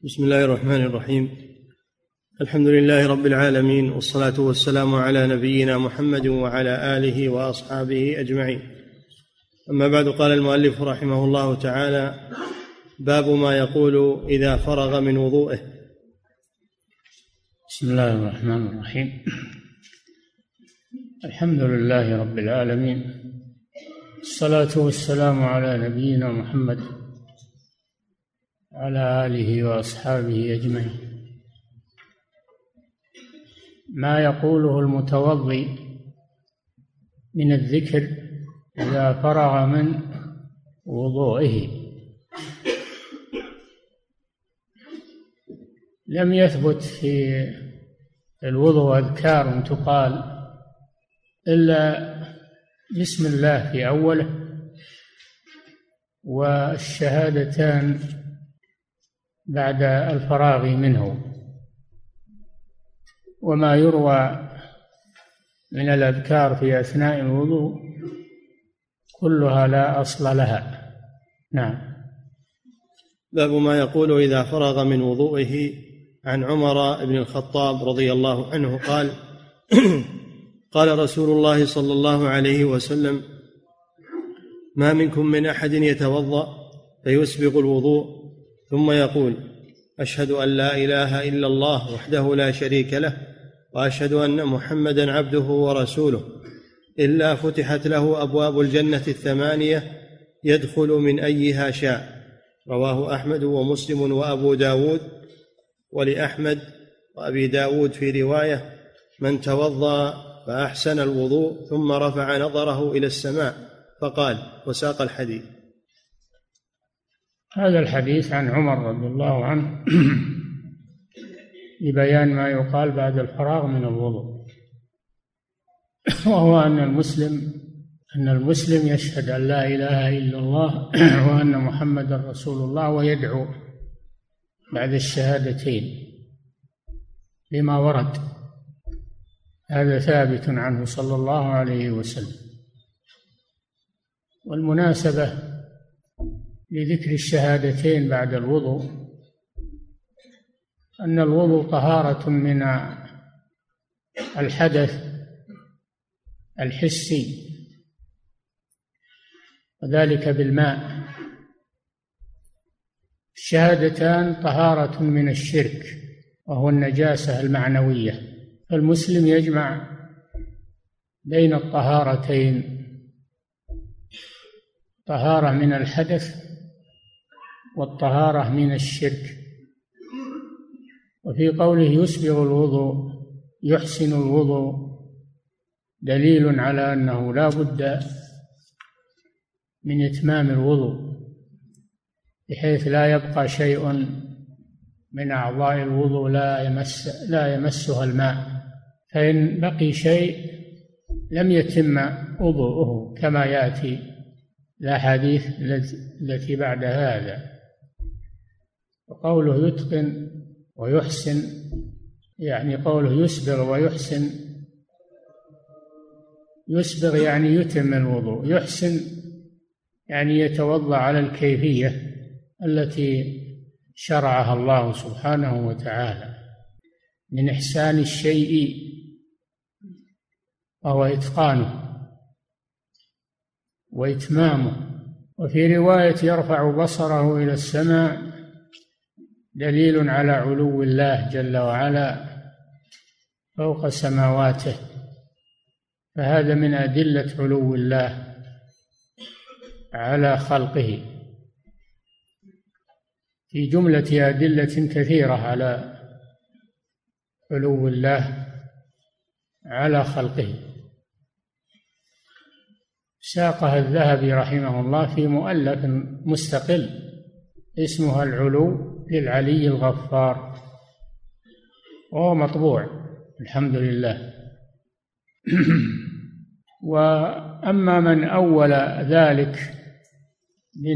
بسم الله الرحمن الرحيم. الحمد لله رب العالمين، والصلاة والسلام على نبينا محمد وعلى آله وأصحابه أجمعين. أما بعد، قال المؤلف رحمه الله تعالى: باب ما يقول إذا فرغ من وضوئه. بسم الله الرحمن الرحيم. الحمد لله رب العالمين، الصلاة والسلام على نبينا محمد وعلى آله وأصحابه أجمعين. ما يقوله المتوضي من الذكر إذا فرغ من وضوئه. لم يثبت في الوضوء أذكار تقال إلا بسم الله في أوله والشهادتان بعد الفراغ منه. وما يروى من الأذكار في أثناء الوضوء كلها لا أصل لها. نعم. باب ما يقول إذا فرغ من وضوئه. عن عمر بن الخطاب رضي الله عنه قال: قال رسول الله صلى الله عليه وسلم: ما منكم من أحد يتوضأ فيسبغ الوضوء ثم يقول: أشهد أن لا إله إلا الله وحده لا شريك له وأشهد أن محمدا عبده ورسوله، إلا فتحت له أبواب الجنة 8 يدخل من أيها شاء. رواه أحمد ومسلم وأبو داود، ولأحمد وأبي داود في رواية: من توضأ فأحسن الوضوء ثم رفع نظره إلى السماء فقال، وساق الحديث. هذا الحديث عن عمر رضي الله عنه لبيان ما يقال بعد الفراغ من الوضوء، وهو أن المسلم يشهد أن لا إله إلا الله وأن محمدا رسول الله، ويدعو بعد الشهادتين لما ورد. هذا ثابت عنه صلى الله عليه وسلم. والمناسبة لذكر الشهادتين بعد الوضوء أن الوضوء طهارة من الحدث الحسي، وذلك بالماء. الشهادتان طهارة من الشرك وهو النجاسة المعنوية، فالمسلم يجمع بين الطهارتين: طهارة من الحدث والطهارة من الشرك. وفي قوله يسبغ الوضوء، يحسن الوضوء، دليل على أنه لا بد من إتمام الوضوء بحيث لا يبقى شيء من أعضاء الوضوء لا يمسها الماء، فإن بقي شيء لم يتم وضوءه، كما يأتي الأحاديث التي بعد هذا. وقوله يتقن ويحسن، يعني قوله يسبغ ويحسن. يسبغ يعني يتم الوضوء، يحسن يعني يتوضأ على الكيفية التي شرعها الله سبحانه وتعالى. من إحسان الشيء وهو إتقانه وإتمامه. وفي رواية يرفع بصره إلى السماء، دليل على علو الله جل وعلا فوق سماواته، فهذا من أدلة علو الله على خلقه، في جملة أدلة كثيرة على علو الله على خلقه. ساقها الذهبي رحمه الله في مؤلف مستقل اسمها العلو للعلي الغفار، وهو مطبوع الحمد لله. وأما من أول ذلك من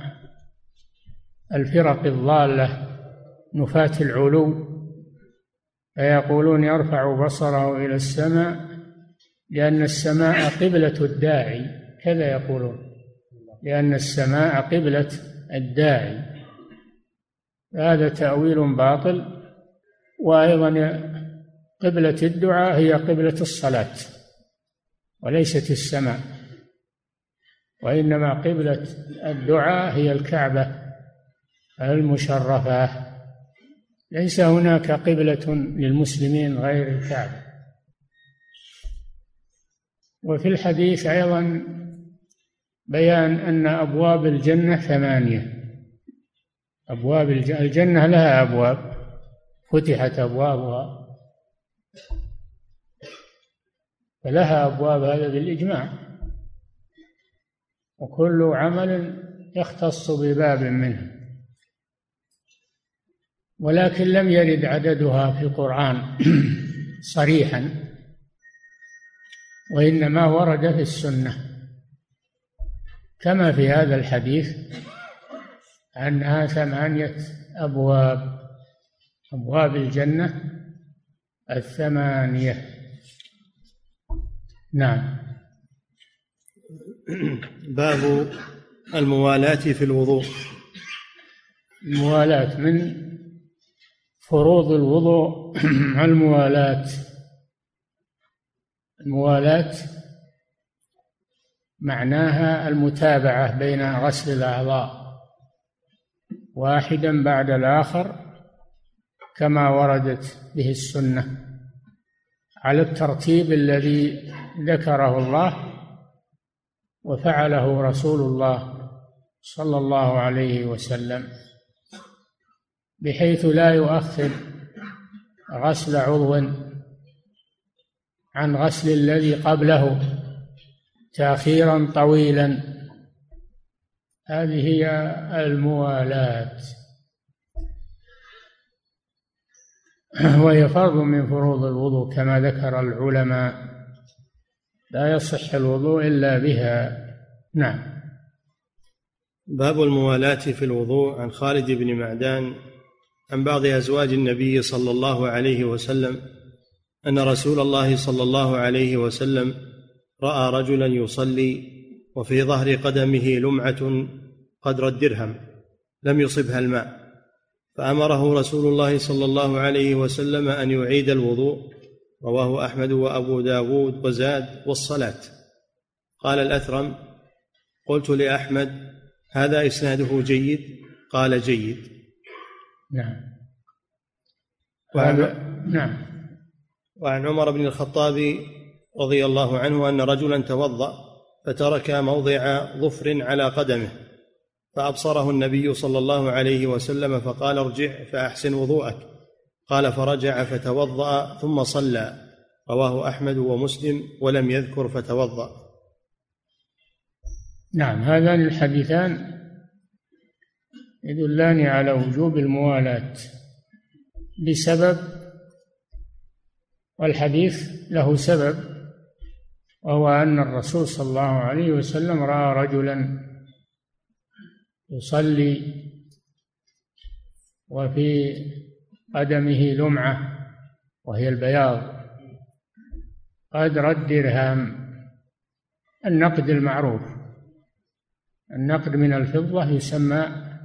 الفرق الضالة نفاة العلو، فيقولون يرفع بصره إلى السماء لأن السماء قبلة الداعي، كذا يقولون، لأن السماء قبلة الداعي، هذا تأويل باطل. وأيضا قبلة الدعاء هي قبلة الصلاة وليست السماء، وإنما قبلة الدعاء هي الكعبة المشرفة، ليس هناك قبلة للمسلمين غير الكعبة. وفي الحديث أيضا بيان أن أبواب الجنة 8. أبواب الجنة لها أبواب فتحت أبوابها، فلها أبواب، هذا بالإجماع، وكل عمل يختص بباب منه، ولكن لم يرد عددها في القرآن صريحا، وإنما ورد في السنة كما في هذا الحديث أنها 8 أبواب، أبواب الجنة 8. نعم. باب الموالاة في الوضوء. الموالاة من فروض الوضوء. الموالاة معناها المتابعة بين غسل الأعضاء واحدا بعد الآخر كما وردت به السنة على الترتيب الذي ذكره الله وفعله رسول الله صلى الله عليه وسلم، بحيث لا يؤخر غسل عضو عن غسل الذي قبله تأخيرا طويلا. هذه هي الموالاة، وهي فرض من فروض الوضوء كما ذكر العلماء، لا يصح الوضوء إلا بها. نعم. باب الموالاة في الوضوء. عن خالد بن معدان عن بعض أزواج النبي صلى الله عليه وسلم أن رسول الله صلى الله عليه وسلم رأى رجلا يصلي وفي ظهر قدمه لمعة قدر الدرهم لم يصبها الماء، فأمره رسول الله صلى الله عليه وسلم أن يعيد الوضوء. رواه أحمد وأبو داود وزاد والصلاة. قال الأثرم: قلت لأحمد: هذا إسناده جيد؟ قال: جيد. نعم. نعم. وعن عمر بن الخطاب رضي الله عنه أن رجلا توضأ فترك موضع ظفر على قدمه، فأبصره النبي صلى الله عليه وسلم فقال: ارجع فأحسن وضوءك. قال: فرجع فتوضأ ثم صلى. رواه أحمد ومسلم ولم يذكر فتوضأ. نعم. هذان الحديثان يدلان على وجوب الموالاة بسبب، والحديث له سبب، وهو أن الرسول صلى الله عليه وسلم رأى رجلا يصلي وفي قدمه لمعة وهي البياض قدر الدرهم، النقد المعروف. النقد من الفضة يسمى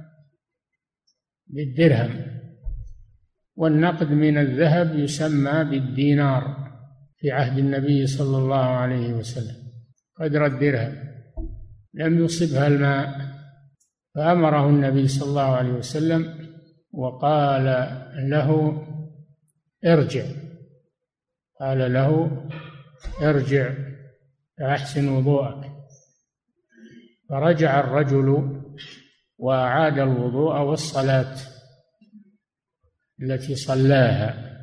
بالدرهم، والنقد من الذهب يسمى بالدينار في عهد النبي صلى الله عليه وسلم، قدر الدرهم لم يصبها الماء، فأمره النبي صلى الله عليه وسلم وقال له: ارجع. قال له: ارجع فأحسن وضوءك. فرجع الرجل وأعاد الوضوء والصلاة التي صلاها.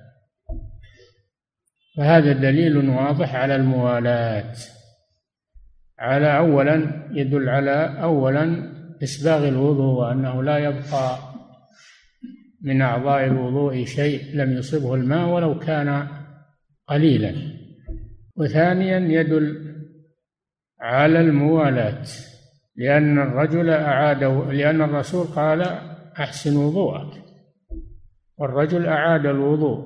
فهذا دليل واضح على الموالاة، على أولا يدل على أولا إسباغ الوضوء، وأنه لا يبقى من أعضاء الوضوء شيء لم يصبه الماء ولو كان قليلا. وثانيا يدل على الموالاة، لأن الرسول قال: أحسن وضوءك، والرجل أعاد الوضوء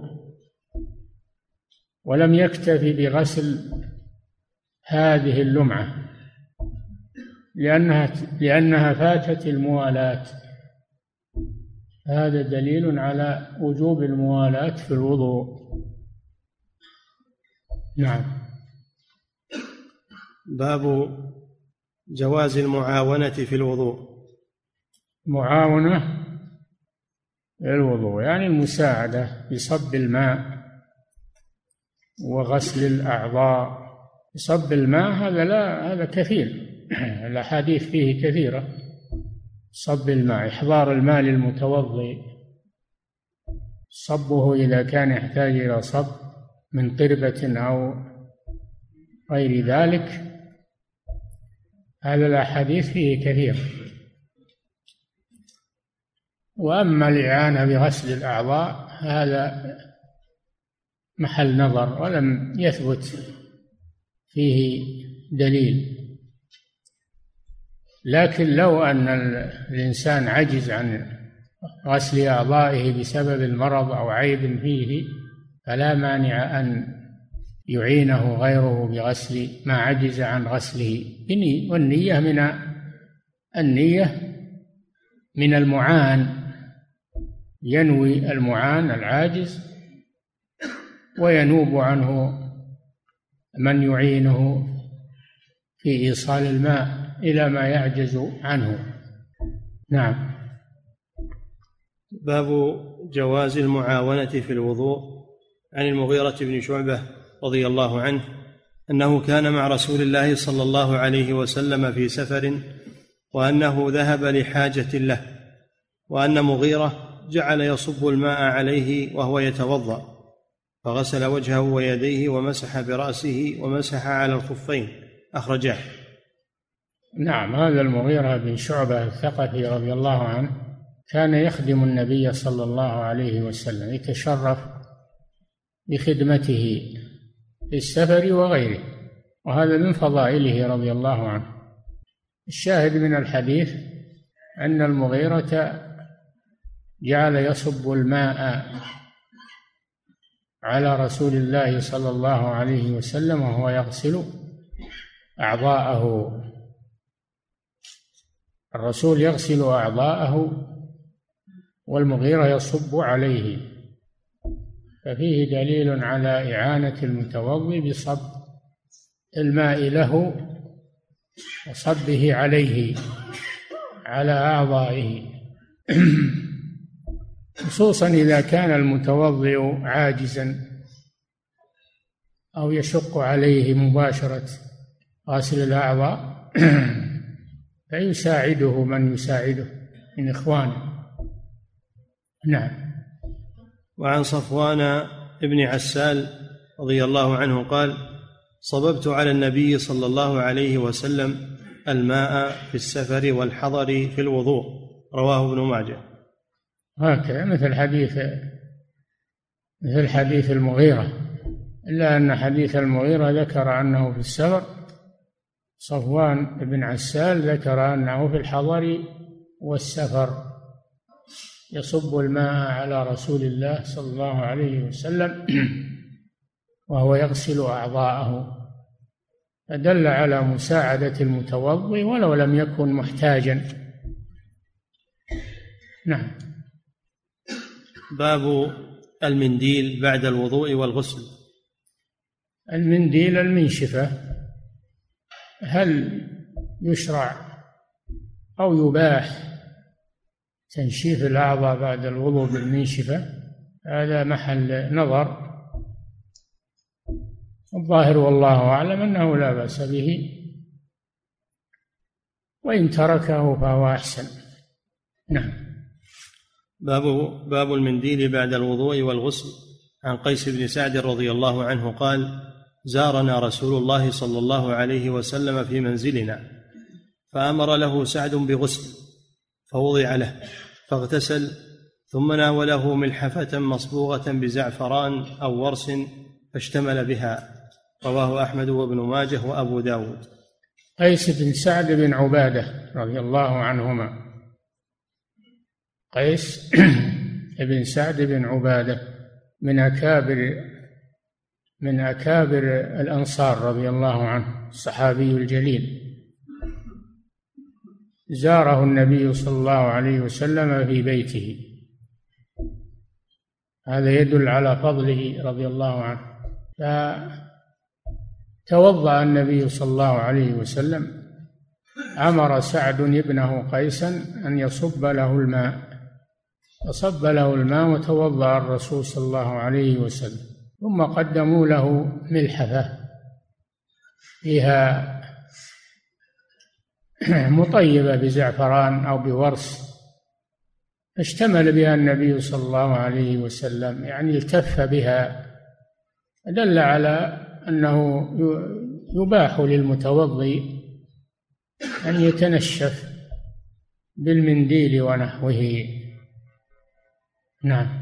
ولم يكتفي بغسل هذه اللمعة لأنها فاتت الموالاة، هذا دليل على وجوب الموالاة في الوضوء. نعم. باب جواز المعاونة في الوضوء. معاونة في الوضوء يعني المساعدة بصب الماء وغسل الأعضاء. صب الماء هذا كثير، الأحاديث فيه كثيرة. صب الماء، إحضار الماء للمتوضئ، صبه إذا كان يحتاج إلى صب من قربة أو غير ذلك، هذا الأحاديث فيه كثير. وأما الإعانة بغسل الأعضاء هذا محل نظر ولم يثبت فيه دليل. لكن لو أن الإنسان عجز عن غسل أعضائه بسبب المرض أو عيب فيه فلا مانع أن يعينه غيره بغسل ما عجز عن غسله، والنية من المعان، ينوي المعان العاجز وينوب عنه من يعينه في إيصال الماء إلى ما يعجز عنه. نعم. باب جواز المعاونة في الوضوء. عن المغيرة بن شعبة رضي الله عنه أنه كان مع رسول الله صلى الله عليه وسلم في سفر، وأنه ذهب لحاجة له، وأن مغيرة جعل يصب الماء عليه وهو يتوضأ، فغسل وجهه ويديه ومسح برأسه ومسح على الخفين. أخرجاه. نعم. هذا المغيرة بن شعبة الثقفي رضي الله عنه كان يخدم النبي صلى الله عليه وسلم، يتشرف بخدمته في السفر وغيره، وهذا من فضائله رضي الله عنه. الشاهد من الحديث أن المغيرة جعل يصب الماء على رسول الله صلى الله عليه وسلم وهو يغسل أعضاءه. الرسول يغسل أعضاءه والمغيرة يصب عليه، ففيه دليل على إعانة المتوضئ بصب الماء له وصبه عليه على أعضائه، خصوصا إذا كان المتوضئ عاجزا أو يشق عليه مباشرة غسل الأعضاء فيساعده من يساعده من إخوانه. نعم. وعن صفوان بن عسال رضي الله عنه قال: صببت على النبي صلى الله عليه وسلم الماء في السفر والحضر في الوضوء. رواه ابن ماجه. هكذا مثل حديث المغيرة، إلا أن حديث المغيرة ذكر أنه في السفر، صفوان بن عسال ذكر أنه في الحضر والسفر يصب الماء على رسول الله صلى الله عليه وسلم وهو يغسل أعضاءه، فدل على مساعدة المتوضئ ولو لم يكن محتاجا. نعم. باب المنديل بعد الوضوء والغسل. المنديل المنشفة، هل يشرع أو يباح تنشيف الأعضاء بعد الوضوء بالمنشفة؟ هذا محل نظر. الظاهر والله أعلم أنه لا بأس به، وإن تركه فهو أحسن. نعم. باب المنديل بعد الوضوء والغسل. عن قيس بن سعد رضي الله عنه قال: زارنا رسول الله صلى الله عليه وسلم في منزلنا، فأمر له سعد بغسل فوضع له فاغتسل، ثم ناوله ملحفة مصبوغة بزعفران أو ورس فاشتمل بها. رواه أحمد وابن ماجه وأبو داود. قيس بن سعد بن عبادة رضي الله عنهما، قيس بن سعد بن عبادة من أكابر الأنصار رضي الله عنه، الصحابي الجليل. زاره النبي صلى الله عليه وسلم في بيته هذا يدل على فضله رضي الله عنه. فتوضأ النبي صلى الله عليه وسلم، أمر سعد ابنه قيسا أن يصب له الماء، فصب له الماء وتوضأ الرسول صلى الله عليه وسلم، ثم قدموا له ملحفة فيها مطيبة بزعفران أو بورس، اشتمل بها النبي صلى الله عليه وسلم، يعني التف بها، دل على أنه يباح للمتوضي أن يتنشف بالمنديل ونحوه. نعم.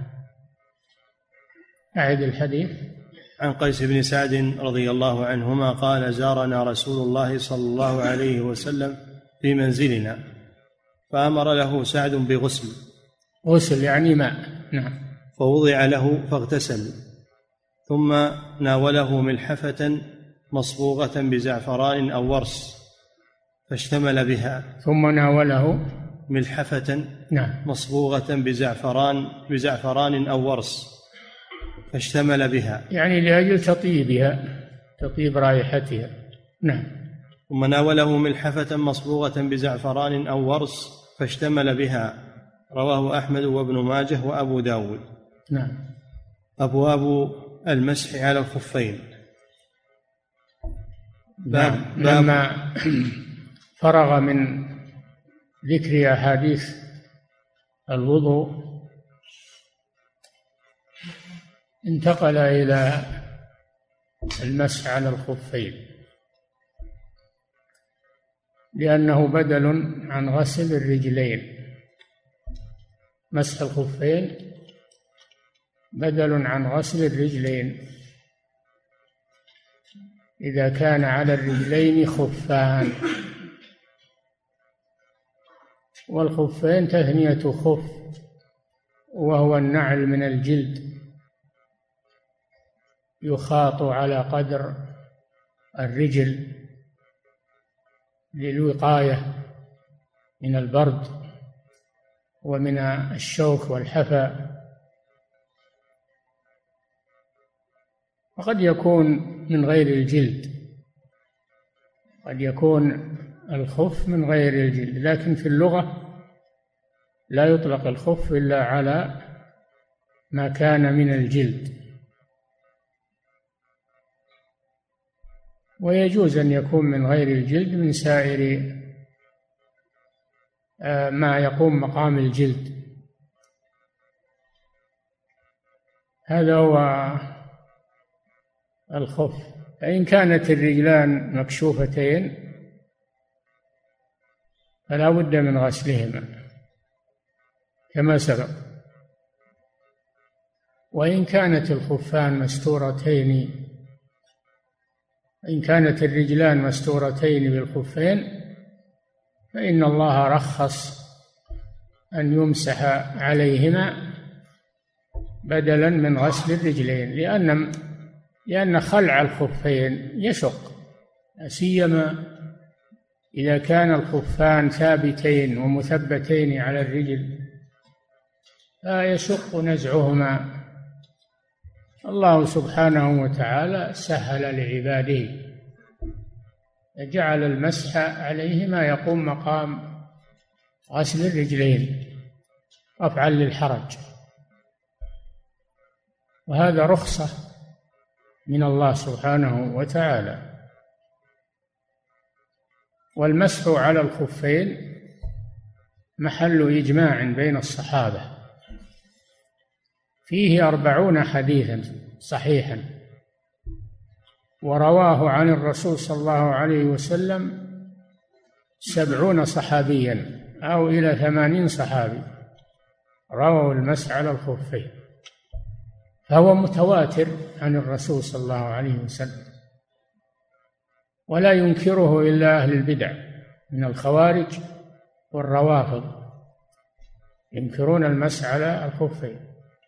أعد الحديث. عن قيس بن سعد رضي الله عنهما قال: زارنا رسول الله صلى الله عليه وسلم في منزلنا، فأمر له سعد بغسل. غسل يعني ماء. نعم. فوضع له فاغتسل، ثم ناوله ملحفة مصبوغة بزعفران أو ورس فاشتمل بها. ثم ناوله ملحفة نعم مصبوغة بزعفران أو ورس فاشتمل بها، يعني لأجل تطيبها، تطيب رائحتها. نعم. ثم ناوله ملحفة مصبوغة بزعفران أو ورس فاشتمل بها. رواه أحمد وابن ماجه وأبو داود. نعم. أبواب المسح على الخفين. نعم. لما فرغ من ذكر أحاديث الوضوء انتقل إلى المسح على الخفين، لأنه بدل عن غسل الرجلين. مسح الخفين بدل عن غسل الرجلين إذا كان على الرجلين خفان، والخفين تثنية خف، وهو النعل من الجلد يخاط على قدر الرجل للوقاية من البرد ومن الشوك والحفا. وقد يكون من غير الجلد، قد يكون الخف من غير الجلد، لكن في اللغة لا يطلق الخف إلا على ما كان من الجلد، ويجوز أن يكون من غير الجلد من سائر ما يقوم مقام الجلد. هذا هو الخف. فإن كانت الرجلان مكشوفتين فلا بد من غسلهما كما سبق، وإن كانت الخفان مستورتين، إن كانت الرجلان مستورتين بالخفين فإن الله رخص أن يمسح عليهما بدلا من غسل الرجلين، لأن خلع الخفين يشق، سيما إذا كان الخفان ثابتين ومثبتين على الرجل فيشق نزعهما. الله سبحانه وتعالى سهل لعباده، جعل المسح عليهما يقوم مقام غسل الرجلين رفعا للحرج، وهذا رخصة من الله سبحانه وتعالى. والمسح على الخفين محل إجماع بين الصحابة، فيه 40 حديثا صحيحا، ورواه عن الرسول صلى الله عليه وسلم 70 صحابيا أو إلى 80 صحابي رووا المسح على الخفين، فهو متواتر عن الرسول صلى الله عليه وسلم، ولا ينكره إلا أهل البدع من الخوارج والروافض، ينكرون المسح على الخفين،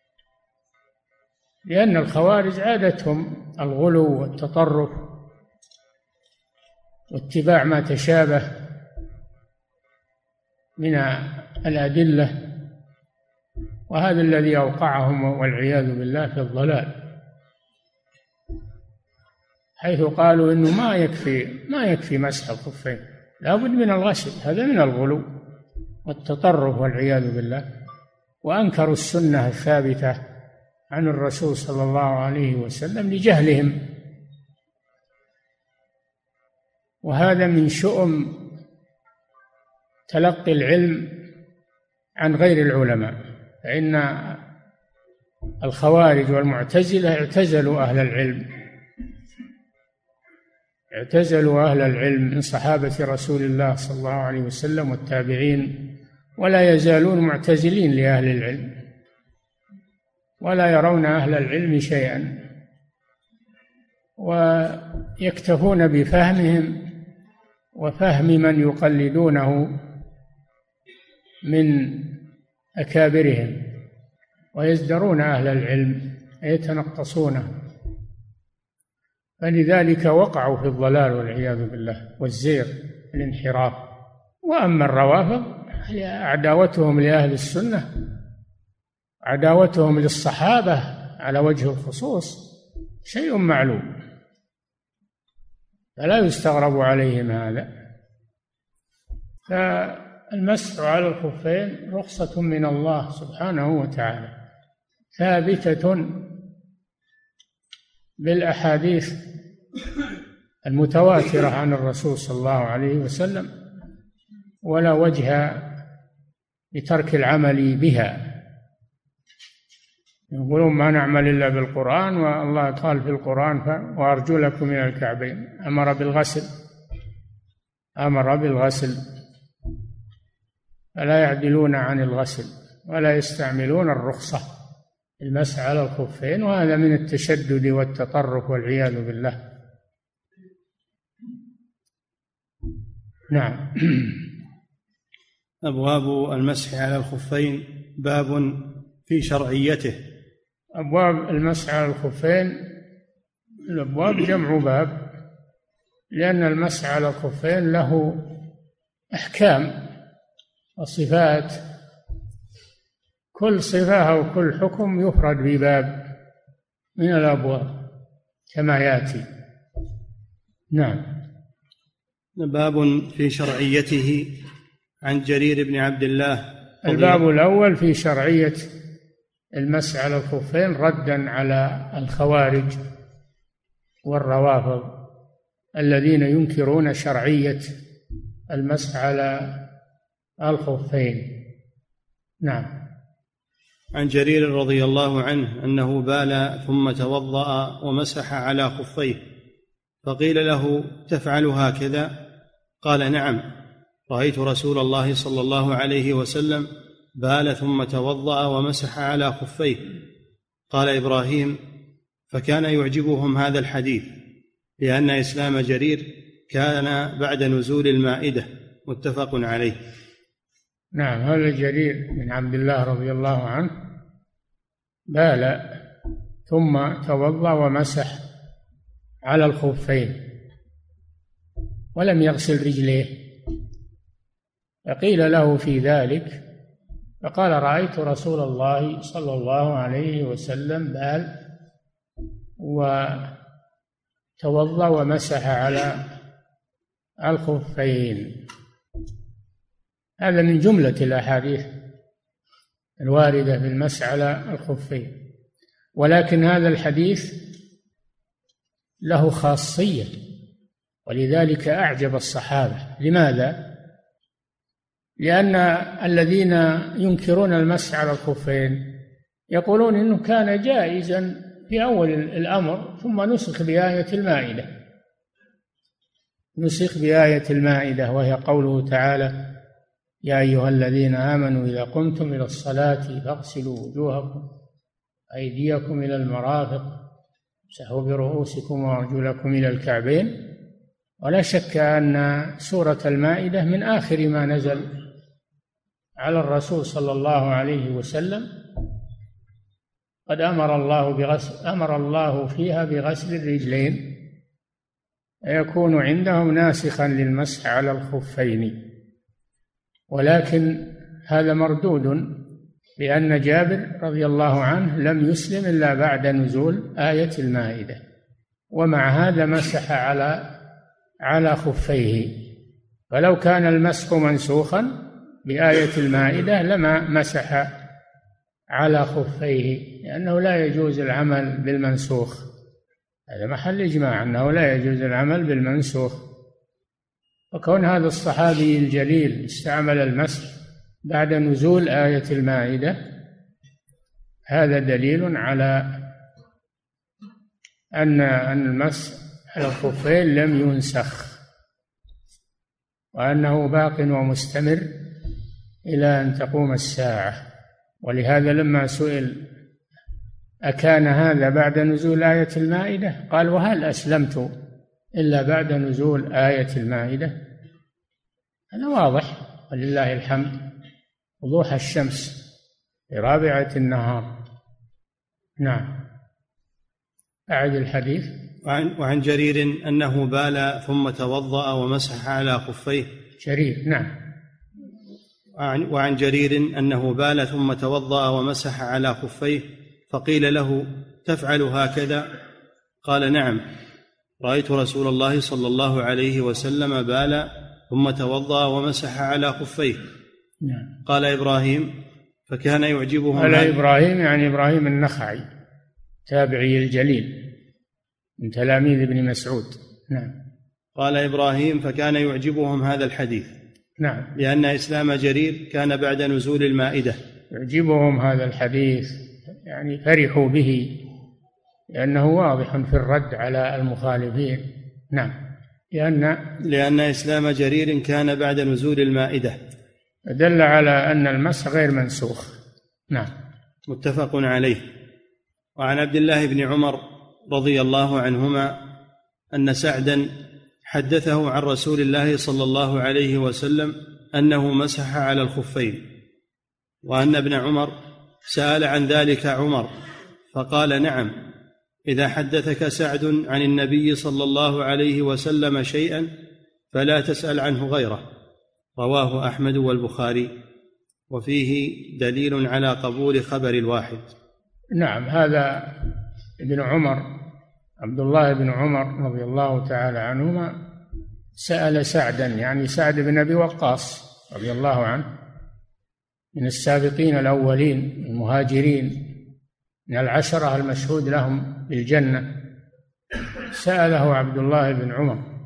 لأن الخوارج عادتهم الغلو والتطرف واتباع ما تشابه من الأدلة وهذا الذي أوقعهم والعياذ بالله في الضلال، حيث قالوا إنه ما يكفي مسح الخفين، لا بد من الغسل. هذا من الغلو والتطرف والعياذ بالله، وأنكروا السنة الثابتة عن الرسول صلى الله عليه وسلم لجهلهم. وهذا من شؤم تلقي العلم عن غير العلماء، فإن الخوارج والمعتزلة اعتزلوا أهل العلم من صحابة رسول الله صلى الله عليه وسلم والتابعين، ولا يزالون معتزلين لأهل العلم، ولا يرون أهل العلم شيئا، ويكتفون بفهمهم وفهم من يقلدونه من أكابرهم، ويزدرون أهل العلم ويتنقصونه، فلذلك وقعوا في الضلال والعياذ بالله والزيغ الانحراف. وأما الروافض عداوتهم لأهل السنة، عداوتهم للصحابة على وجه الخصوص شيء معلوم، فلا يستغرب عليهم هذا. فالمسح على الخفين رخصة من الله سبحانه وتعالى، ثابتة بالأحاديث المتواترة عن الرسول صلى الله عليه وسلم، ولا وجه لترك العمل بها. يقولون ما نعمل إلا بالقرآن، والله قال في القرآن وأرجلكم من الكعبين، أمر بالغسل فلا يعدلون عن الغسل ولا يستعملون الرخصة المسح على الخفين، وهذا من التشدد والتطرف والعياذ بالله. نعم. أبواب المسح على الخفين، باب في شرعيته. أبواب المسح على الخفين، الأبواب جمع باب، لأن المسح على الخفين له أحكام وصفات، كل صفة أو كل حكم يفرد بباب من الأبواب كما يأتي. نعم. باب في شرعيته. عن جرير بن عبد الله. الباب الأول في شرعية المسح على الخفين ردا على الخوارج والروافض الذين ينكرون شرعية المسح على الخفين. نعم. عن جرير رضي الله عنه أنه بال ثم توضأ ومسح على خفيه، فقيل له: تفعل هكذا؟ قال: نعم، رأيت رسول الله صلى الله عليه وسلم بال ثم توضأ ومسح على خفيه. قال إبراهيم: فكان يعجبهم هذا الحديث، لأن إسلام جرير كان بعد نزول المائدة. متفق عليه. نعم. هذا جرير بن عبد الله رضي الله عنه بال ثم توضأ ومسح على الخفين ولم يغسل رجليه، فقيل له في ذلك فقال: رأيت رسول الله صلى الله عليه وسلم بال وتوضأ ومسح على الخفين. هذا من جملة الأحاديث الواردة في المسح على الخفين، ولكن هذا الحديث له خاصية، ولذلك أعجب الصحابة. لماذا؟ لأن الذين ينكرون المسح على الخفين يقولون إنه كان جائزا في أول الأمر، ثم نسخ بآية المائدة، وهي قوله تعالى: يا أيها الذين آمنوا إذا قمتم إلى الصلاة فاغسلوا وجوهكم أيديكم إلى المرافق امسحوا برؤوسكم وأرجلكم إلى الكعبين. ولا شك أن سورة المائدة من آخر ما نزل على الرسول صلى الله عليه وسلم، قد أمر الله فيها بغسل الرجلين، يكون عندهم ناسخا للمسح على الخفين. ولكن هذا مردود بأن جابر رضي الله عنه لم يسلم إلا بعد نزول آية المائدة، ومع هذا مسح على خفيه، فلو كان المسح منسوخا بآية المائدة لما مسح على خفيه، لأنه لا يجوز العمل بالمنسوخ. هذا محل إجماع أنه لا يجوز العمل بالمنسوخ. وكون هذا الصحابي الجليل استعمل المسح بعد نزول آية المائدة هذا دليل على أن المسح على الخفين لم ينسخ، وأنه باق ومستمر إلى أن تقوم الساعة. ولهذا لما سئل أكان هذا بعد نزول آية المائدة قال: وهل أسلمت إلا بعد نزول آية المائدة؟ هذا واضح ولله الحمد، وضوح الشمس في رابعة النهار. نعم. أعد الحديث. وعن جرير أنه بال ثم توضأ ومسح على خفيه. جرير، نعم. وعن جرير أنه بال ثم توضأ ومسح على خفيه، فقيل له: تفعل هكذا؟ قال: نعم، رأيت رسول الله صلى الله عليه وسلم بال ثم توضأ ومسح على خفيه. نعم. قال إبراهيم: فكان يعجبهم. قال إبراهيم يعني إبراهيم النخعي تابعي الجليل من تلاميذ ابن مسعود. نعم. قال إبراهيم: فكان يعجبهم هذا الحديث. نعم. لأن إسلام جرير كان بعد نزول المائدة. يعجبهم هذا الحديث يعني فرحوا به، لأنه واضح في الرد على المخالفين. نعم. لأن إسلام جرير كان بعد نزول المائدة، دل على أن المسح غير منسوخ. نعم. متفق عليه. وعن عبد الله بن عمر رضي الله عنهما أن سعدا حدثه عن رسول الله صلى الله عليه وسلم أنه مسح على الخفين، وأن ابن عمر سأل عن ذلك عمر فقال: نعم، إذا حدثك سعد عن النبي صلى الله عليه وسلم شيئا فلا تسأل عنه غيره. رواه أحمد والبخاري، وفيه دليل على قبول خبر الواحد. نعم. هذا ابن عمر عبد الله بن عمر رضي الله تعالى عنهما سأل سعدا، يعني سعد بن أبي وقاص رضي الله عنه، من السابقين الأولين المهاجرين، من العشرة المشهود لهم بالجنة. سأله عبد الله بن عمر: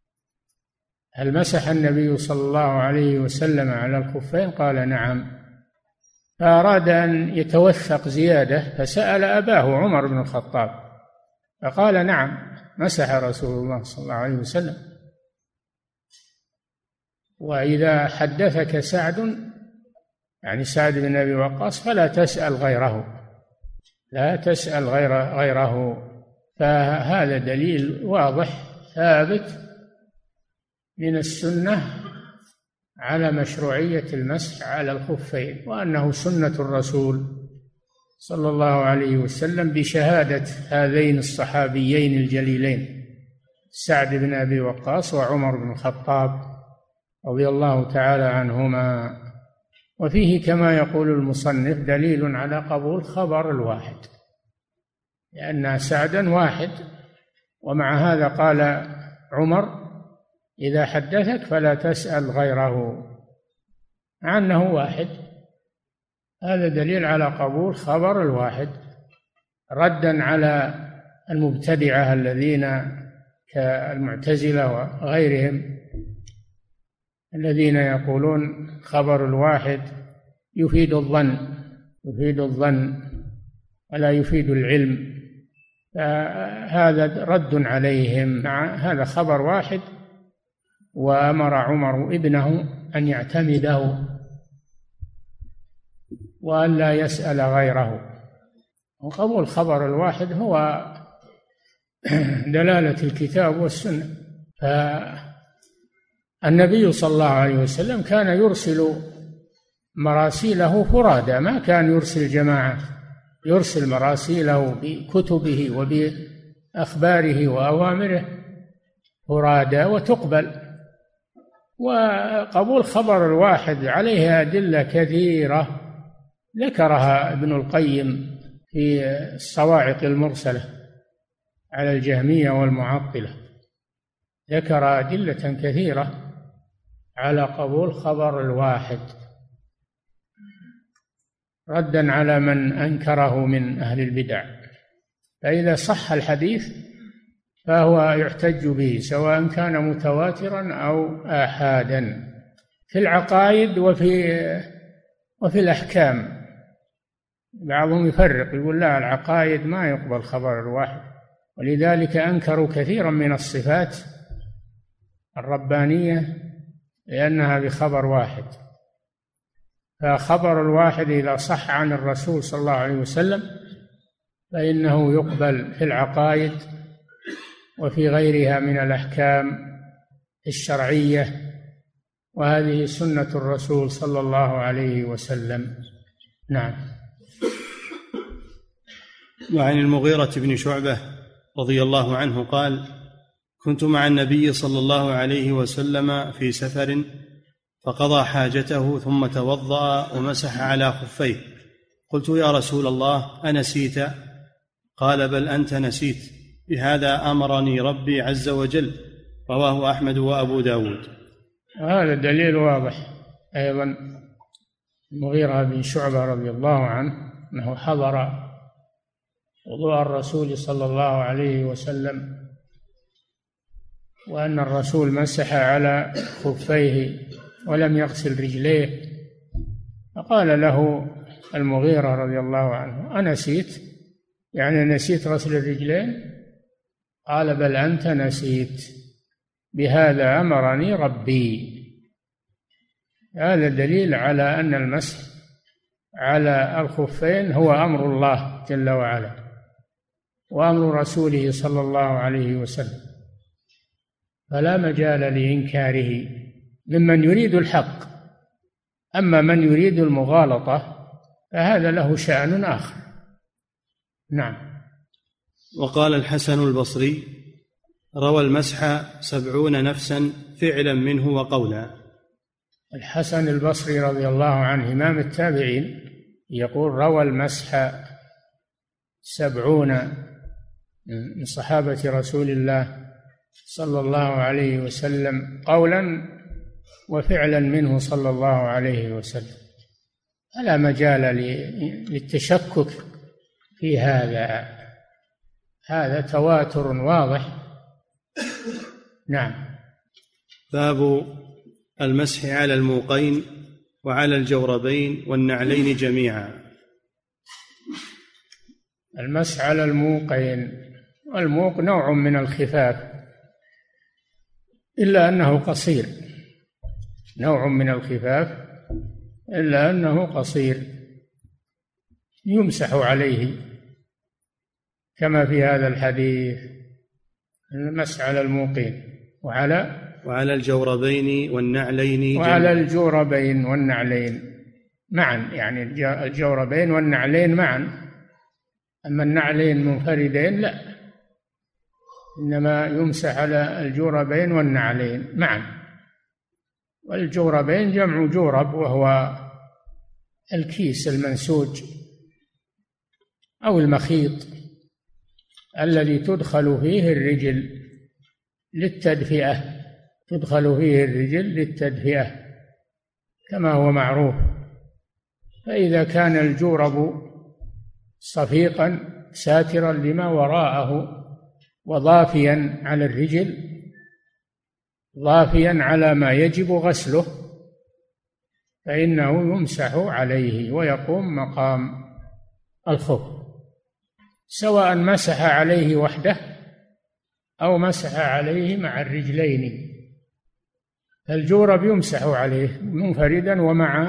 هل مسح النبي صلى الله عليه وسلم على الخفين؟ قال: نعم. فأراد أن يتوثق زيادة فسأل أباه عمر بن الخطاب فقال: نعم، مسح رسول الله صلى الله عليه وسلم. وإذا حدثك سعد، يعني سعد بن أبي وقاص، فلا تسأل غيره، لا تسأل غيره. فهذا دليل واضح ثابت من السنة على مشروعية المسح على الخفين، وأنه سنة الرسول صلى الله عليه وسلم بشهادة هذين الصحابيين الجليلين سعد بن أبي وقاص وعمر بن الخطاب رضي الله تعالى عنهما. وفيه كما يقول المصنف دليل على قبول خبر الواحد، لأن سعدا واحد، ومع هذا قال عمر: إذا حدثك فلا تسأل غيره، مع أنه واحد. هذا دليل على قبول خبر الواحد، ردا على المبتدعة الذين كالمعتزلة وغيرهم الذين يقولون خبر الواحد يفيد الظن ولا يفيد العلم. هذا رد عليهم. هذا خبر واحد، وأمر عمر ابنه أن يعتمده وأن لا يسأل غيره. وقبول خبر الواحد هو دلالة الكتاب والسنة. فالنبي صلى الله عليه وسلم كان يرسل مراسيله فرادى، ما كان يرسل جماعة، يرسل مراسيله بكتبه وبأخباره وأوامره فرادى وتقبل. وقبول خبر الواحد عليه أدلة كثيرة ذكرها ابن القيم في الصواعق المرسلة على الجهمية والمعطلة، ذكر أدلة كثيرة على قبول خبر الواحد ردا على من أنكره من أهل البدع. فإذا صح الحديث فهو يحتج به سواء كان متواترا أو آحادا في العقائد وفي الأحكام. بعضهم يفرق يقول لا، العقائد ما يقبل خبر الواحد، ولذلك أنكروا كثيرا من الصفات الربانية لأنها بخبر واحد. فخبر الواحد إذا صح عن الرسول صلى الله عليه وسلم فإنه يقبل في العقائد وفي غيرها من الأحكام الشرعية، وهذه سنة الرسول صلى الله عليه وسلم. نعم. وعن المغيرة بن شعبة رضي الله عنه قال: كنت مع النبي صلى الله عليه وسلم في سفر فقضى حاجته ثم توضأ ومسح على خفيه، قلت: يا رسول الله أنسيت؟ قال: بل أنت نسيت، بهذا أمرني ربي عز وجل. رواه أحمد وأبو داود. هذا دليل واضح أيضا المغيرة بن شعبة رضي الله عنه أنه حضر وضوء الرسول صلى الله عليه وسلم، وأن الرسول مسح على خفيه ولم يغسل رجليه، فقال له المغيرة رضي الله عنه: أنسيت؟ يعني نسيت غسل الرجلين؟ قال: بل أنت نسيت، بهذا أمرني ربي. هذا دليل على أن المسح على الخفين هو أمر الله جل وعلا وأمر رسوله صلى الله عليه وسلم، فلا مجال لإنكاره ممن يريد الحق. أما من يريد المغالطة فهذا له شأن آخر. نعم. وقال الحسن البصري: روى المسح 70 نفسا فعلا منه وقولا. الحسن البصري رضي الله عنه إمام التابعين يقول: روى المسح 70 من صحابة رسول الله صلى الله عليه وسلم قولا وفعلا منه صلى الله عليه وسلم، فلا مجال للتشكك في هذا، هذا تواتر واضح. نعم. باب المسح على الموقين وعلى الجوربين والنعلين جميعا. المسح على الموقين، الموق نوع من الخفاف إلا أنه قصير، نوع من الخفاف إلا أنه قصير، يمسح عليه كما في هذا الحديث، المسح على الموقين وعلى الجوربين والنعلين وعلى الجوربين والنعلين معا، يعني الجوربين والنعلين معا. أما النعلين منفردين لا، إنما يمسح على الجوربين والنعلين معا. والجوربين جمع جورب، وهو الكيس المنسوج أو المخيط الذي تدخل فيه الرجل للتدفئة، تدخل فيه الرجل للتدفئة كما هو معروف. فإذا كان الجورب صفيقا ساترا لما وراءه وضافيا على الرجل، ضافيا على ما يجب غسله، فإنه يمسح عليه ويقوم مقام الخف، سواء مسح عليه وحده أو مسح عليه مع الرجلين. الجورب يمسح عليه منفردا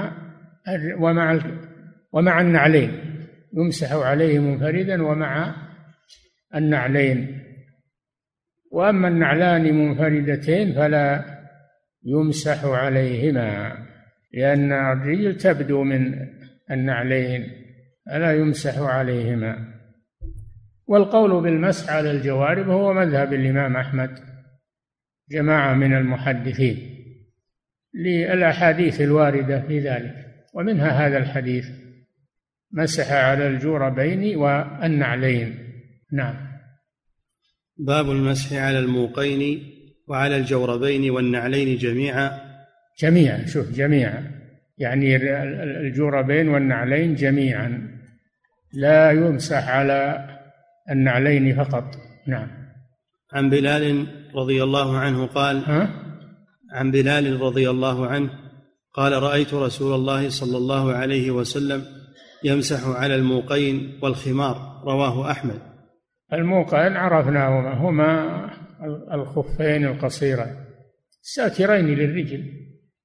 ومع النعلين، يمسح عليه منفردا ومع النعلين. وأما النعلان منفردتين فلا يمسح عليهما، لأن الرجل تبدو من النعلين، فلا يمسح عليهما. والقول بالمسح على الجوارب هو مذهب الإمام أحمد جماعة من المحدثين للأحاديث الواردة في ذلك، ومنها هذا الحديث مسح على الجوربين والنعلين. نعم. باب المسح على الموقين وعلى الجوربين والنعلين جميعا. شوف، جميعا يعني الجوربين والنعلين جميعا، لا يمسح على النعلين فقط. نعم. عن بلال رضي الله عنه قال عن بلال رضي الله عنه قال رأيت رسول الله صلى الله عليه وسلم يمسح على الموقين والخمار. رواه أحمد. الموقين عرفناهما، هما الخفين القصيرين الساترين للرجل،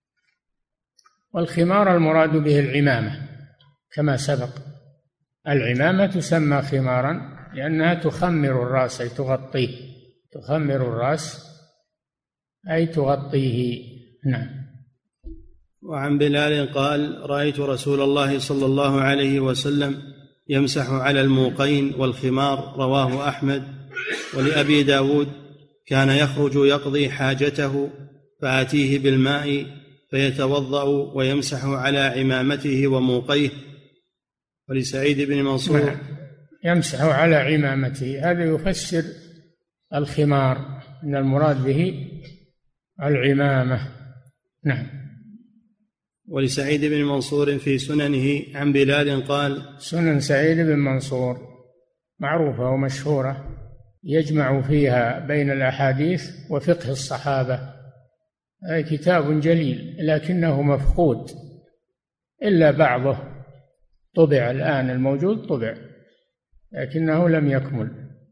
والخمار المراد به العمامة كما سبق. العمامة تسمى خمارا لأنها تخمر الرأس أي تغطيه، تخمر الرأس أي تغطيه. نعم. وعن بلال قال رأيت رسول الله صلى الله عليه وسلم يمسح على الموقين والخمار. رواه أحمد. ولأبي داود كان يخرج يقضي حاجته فآتيه بالماء فيتوضأ ويمسح على عمامته وموقيه. ولسعيد بن منصور يمسح على عمامته، هذا يفسر الخمار أن المراد به العمامة. نعم. ولسعيد بن منصور في سننه عن بلال قال سنن سعيد بن منصور معروفة ومشهورة، يجمع فيها بين الأحاديث وفقه الصحابة، أي كتاب جليل لكنه مفقود إلا بعضه، طبع الآن، الموجود طبع لكنه لم يكمل.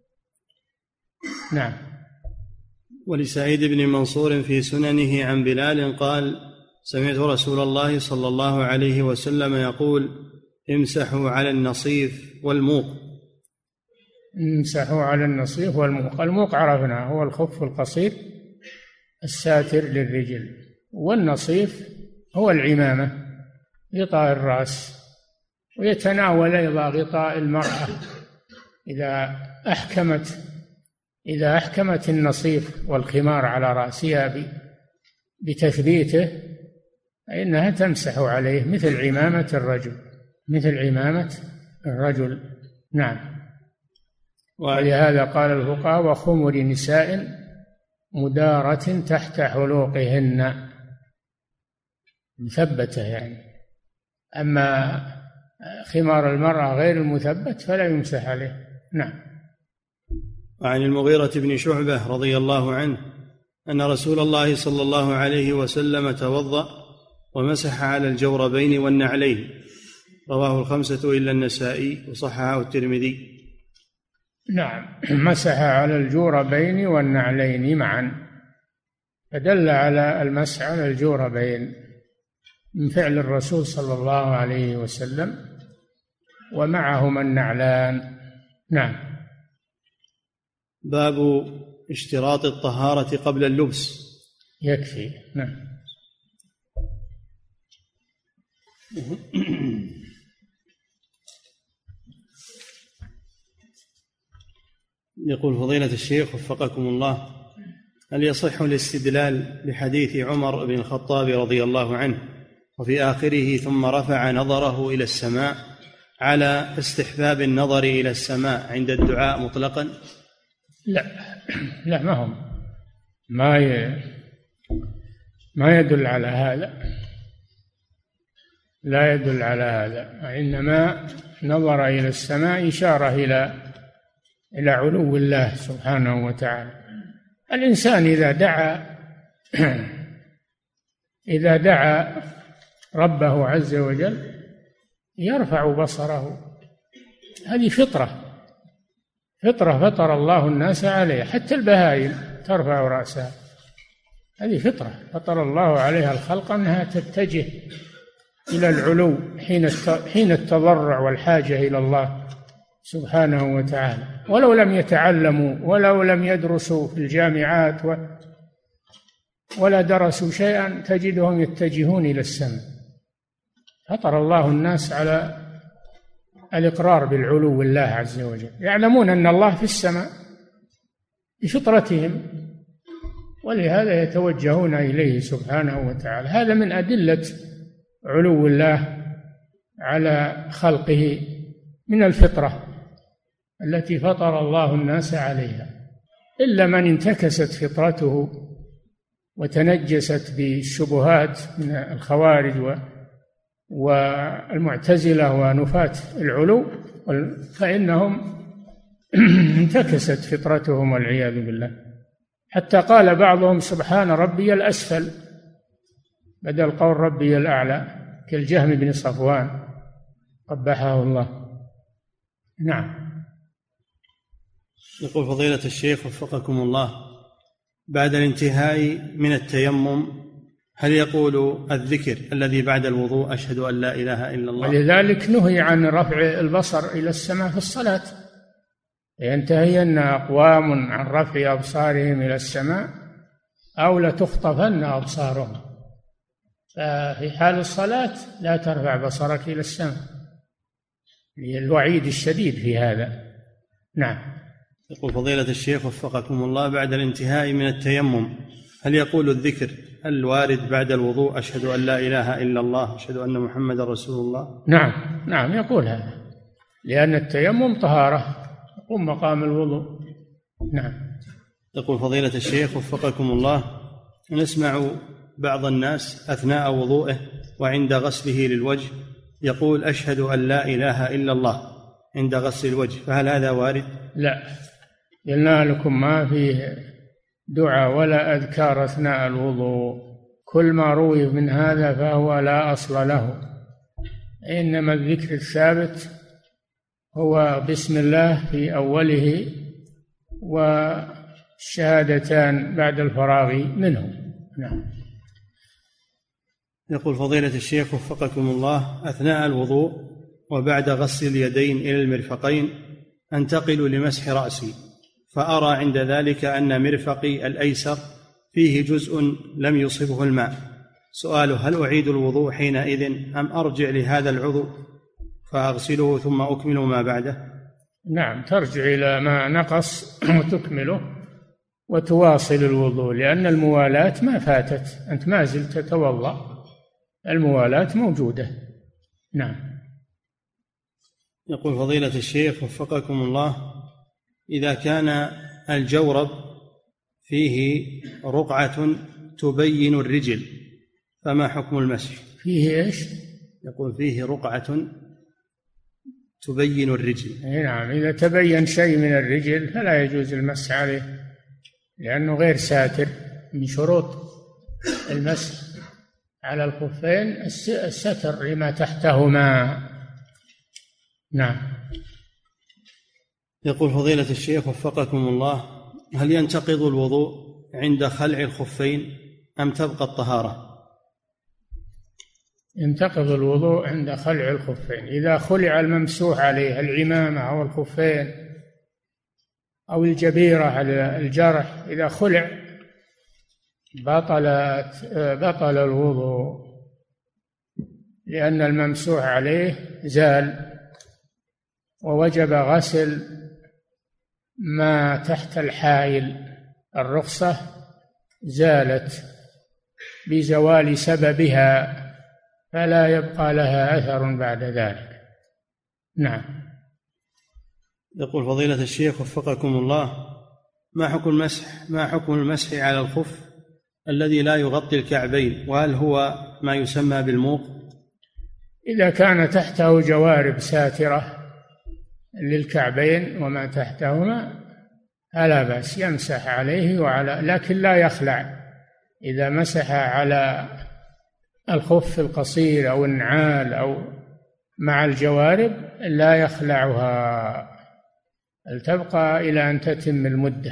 نعم. ولسعيد بن منصور في سننه عن بلال قال سمعت رسول الله صلى الله عليه وسلم يقول امسحوا على النصيف والموق. امسحوا على النصيف والموق. الموق عرفناه هو الخف القصير الساتر للرجل، والنصيف هو العمامة غطاء الرأس، ويتناول أيضا غطاء المرأة إذا أحكمت النصيف والخمار على رأسها بتثبيته فإنها تمسح عليه مثل عمامة الرجل. نعم. ولهذا قال الفقهاء وخمر نساء مدارة تحت حلوقهن، مثبتة يعني. أما خمار المرأة غير المثبت فلا يمسح عليه. نعم. وعن المغيرة بن شعبة رضي الله عنه أن رسول الله صلى الله عليه وسلم توضأ ومسح على الجوربين والنعلين. رواه الخمسة إلا النسائي وصححه الترمذي. نعم. مسح على الجوربين والنعلين معا، فدل على المسح على الجوربين من فعل الرسول صلى الله عليه وسلم، ومعهما النعلان. نعم. باب اشتراط الطهارة قبل اللبس. يكفي. نعم. يقول فضيلة الشيخ وفقكم الله، هل يصح الاستدلال بحديث عمر بن الخطاب رضي الله عنه وفي آخره ثم رفع نظره إلى السماء على استحباب النظر إلى السماء عند الدعاء مطلقا؟ لا، ما يدل على هذا، لا يدل على هذا، إنما نظر إلى السماء إشارة إلى علو الله سبحانه وتعالى. الإنسان إذا دعا ربه عز وجل يرفع بصره، هذه فطرة فطر الله الناس عليها، حتى البهائم ترفع رأسها، هذه فطرة فطر الله عليها الخلق أنها تتجه إلى العلو حين التضرع والحاجة إلى الله سبحانه وتعالى. ولو لم يتعلموا ولو لم يدرسوا في الجامعات ولا درسوا شيئا تجدهم يتجهون إلى السماء. فطر الله الناس على الإقرار بالعلو الله عز وجل، يعلمون أن الله في السماء بفطرتهم، ولهذا يتوجهون إليه سبحانه وتعالى. هذا من أدلة علو الله على خلقه من الفطرة التي فطر الله الناس عليها، إلا من انتكست فطرته وتنجست بالشبهات من الخوارج والمعتزلة ونفاة العلو، فإنهم انتكست فطرتهم والعياذ بالله، حتى قال بعضهم سبحان ربي الأسفل بدل قول ربي الأعلى، كالجهم بن صفوان قبحه الله. نعم. يقول فضيلة الشيخ وفقكم الله، بعد الانتهاء من التيمم هل يقول الذكر الذي بعد الوضوء أشهد أن لا إله إلا الله؟ ولذلك نهي عن رفع البصر إلى السماء في الصلاة، ينتهين أقوام عن رفع أبصارهم إلى السماء أو لتخطفن أبصارهم، ففي حال الصلاة لا ترفع بصرك إلى السماء، الوعيد الشديد في هذا. نعم. يقول فضيلة الشيخ وفقكم الله، بعد الانتهاء من التيمم هل يقول الذكر الوارد بعد الوضوء أشهد أن لا إله إلا الله أشهد أن محمد رسول الله؟ نعم يقول هذا، لأن التيمم طهارة يقوم مقام الوضوء. نعم. يقول فضيلة الشيخ وفقكم الله، نسمع بعض الناس أثناء وضوءه وعند غسله للوجه يقول أشهد أن لا إله إلا الله عند غسل الوجه، فهل هذا وارد؟ لا، قلنا لكم ما فيه دعاء ولا أذكار أثناء الوضوء، كل ما روي من هذا فهو لا أصل له، إنما الذكر الثابت هو بسم الله في أوله والشهادتان بعد الفراغ منه. نعم. يقول فضيلة الشيخ وفقكم الله، أثناء الوضوء وبعد غسل اليدين إلى المرفقين أنتقل لمسح رأسي، فأرى عند ذلك أن مرفقي الأيسر فيه جزء لم يصبه الماء، سؤاله هل أعيد الوضوء حينئذ أم أرجع لهذا العضو فأغسله ثم أكمل ما بعده؟ نعم، ترجع إلى ما نقص وتكمله وتواصل الوضوء، لأن الموالاة ما فاتت، أنت ما زلت تتوضأ، الموالاة موجودة. نعم. يقول فضيلة الشيخ وفقكم الله، إذا كان الجورب فيه رقعة تبين الرجل فما حكم المسح؟ فيه إيش؟ يقول فيه رقعة تبين الرجل. نعم، إذا تبين شيء من الرجل فلا يجوز المسح عليه، لأنه غير ساتر. من شروط المسح على الخفين الستر لما تحتهما. نعم. يقول فضيلة الشيخ وفقكم الله، هل ينتقض الوضوء عند خلع الخفين أم تبقى الطهارة؟ ينتقض الوضوء عند خلع الخفين، إذا خلع الممسوح عليه العمامة أو الخفين أو الجبيرة على الجرح، إذا خلع بطل الوضوء، لأن الممسوح عليه زال، ووجب غسل ما تحت الحائل، الرخصة زالت بزوال سببها فلا يبقى لها أثر بعد ذلك. نعم. يقول فضيلة الشيخ وفقكم الله، ما حكم المسح على الخف الذي لا يغطي الكعبين، وهل هو ما يسمى بالموق؟ إذا كان تحته جوارب ساترة للكعبين وما تحتهما فلا بأس، يمسح عليه لكن لا يخلع. إذا مسح على الخف القصير أو النعال أو مع الجوارب لا يخلعها، بل تبقى إلى أن تتم المدة.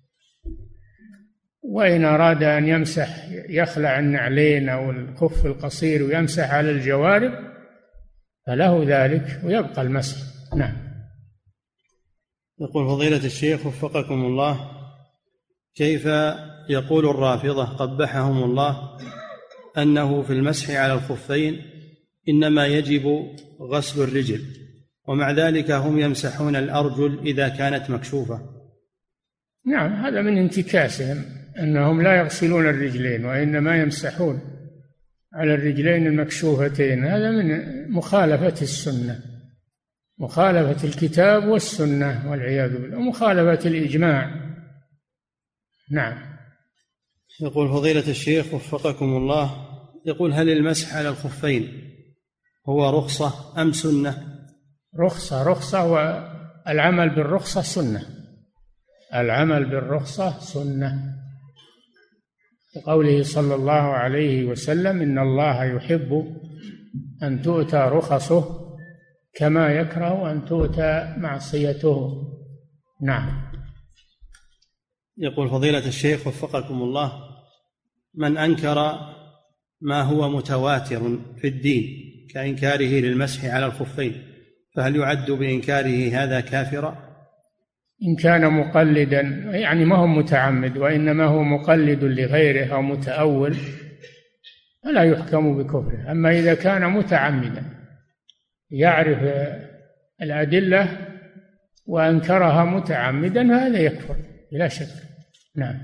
وإن أراد أن يمسح يخلع النعلين أو الخف القصير ويمسح على الجوارب فله ذلك ويبقى المسح. نعم. يقول فضيلة الشيخ وفقكم الله، كيف يقول الرافضة قبحهم الله أنه في المسح على الخفين إنما يجب غسل الرجل، ومع ذلك هم يمسحون الأرجل إذا كانت مكشوفة؟ نعم، هذا من انتكاسهم، أنهم لا يغسلون الرجلين وإنما يمسحون على الرجلين المكشوفتين، هذا من مخالفة السنة، مخالفة الكتاب والسنة والعياذ بالله، ومخالفة الإجماع. نعم. يقول فضيلة الشيخ وفقكم الله، يقول هل المسح على الخفين هو رخصة أم سنة؟ رخصة، والعمل بالرخصة سنة، العمل بالرخصة سنة، لقوله صلى الله عليه وسلم: إن الله يحب أن تؤتى رخصه كما يكره أن تؤتى معصيته. نعم. يقول فضيلة الشيخ وفقكم الله، من أنكر ما هو متواتر في الدين كإنكاره للمسح على الخفين فهل يعد بإنكاره هذا كافرا؟ إن كان مقلدا، يعني ما هو متعمد وإنما هو مقلد لغيره أو متأول، فلا يحكم بكفره. أما إذا كان متعمدا يعرف الأدلة وأنكرها متعمدا هذا يكفر بلا شك. نعم.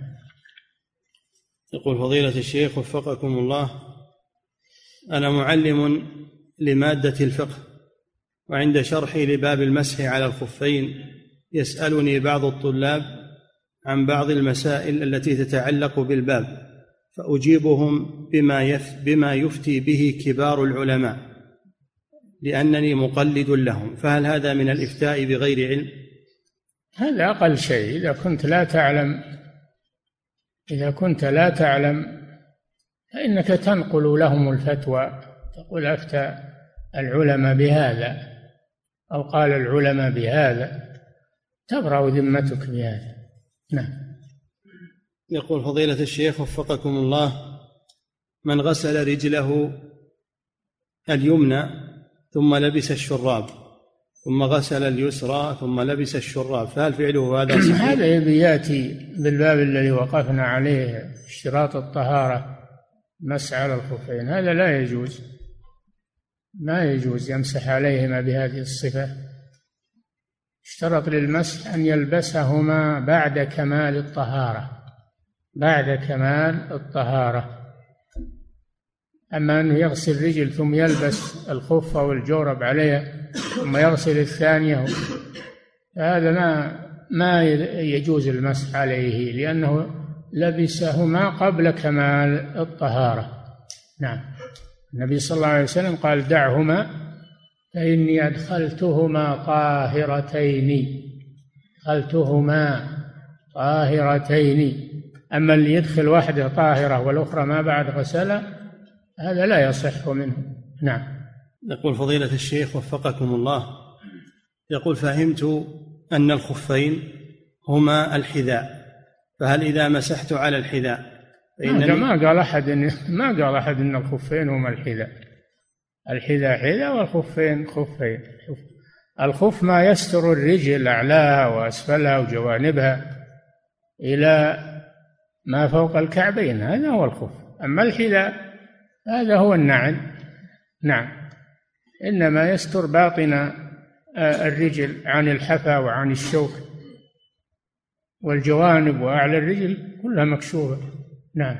يقول فضيلة الشيخ وفقكم الله، أنا معلم لمادة الفقه، وعند شرحي لباب المسح على الخفين يسألني بعض الطلاب عن بعض المسائل التي تتعلق بالباب، فأجيبهم بما يفتي به كبار العلماء لأنني مقلد لهم، فهل هذا من الإفتاء بغير علم؟ هذا أقل شيء. إذا كنت لا تعلم فإنك تنقل لهم الفتوى، تقول أفتى العلماء بهذا أو قال العلماء بهذا، تبرأ ذمتك بهذا. نعم. يقول فضيلة الشيخ وفقكم الله، من غسل رجله اليمنى ثم لبس الشراب ثم غسل اليسرى ثم لبس الشراب فهل فعله هذا صحيح؟ هذا يأتي بالباب الذي وقفنا عليه، اشتراط الطهارة، مسح على الخفين، هذا لا يجوز، ما يجوز يمسح عليهما بهذه الصفة. اشترط للمسح أن يلبسهما بعد كمال الطهارة، بعد كمال الطهارة. أما أنه يغسل رجل ثم يلبس الخف أو الجورب عليها ثم يغسل الثانية، هذا ما يجوز المسح عليه، لأنه لبسهما قبل كمال الطهارة. نعم. النبي صلى الله عليه وسلم قال: دعهما فإني أدخلتهما طاهرتين. أما اللي يدخل واحدة طاهرة والأخرى ما بعد غسلها هذا لا يصح منه. نعم. يقول فضيلة الشيخ وفقكم الله، يقول فهمت أن الخفين هما الحذاء، فهل إذا مسحت على الحذاء ما قال أحد أن الخفين هما الحذاء. الحذاء حذاء والخفين خفين. الخف ما يستر الرجل أعلاها وأسفلها وجوانبها إلى ما فوق الكعبين، هذا هو الخف. أما الحذاء هذا هو النعل. نعم. إنما يستر باطن الرجل عن الحفا وعن الشوك، والجوانب وأعلى الرجل كلها مكشوفة. نعم.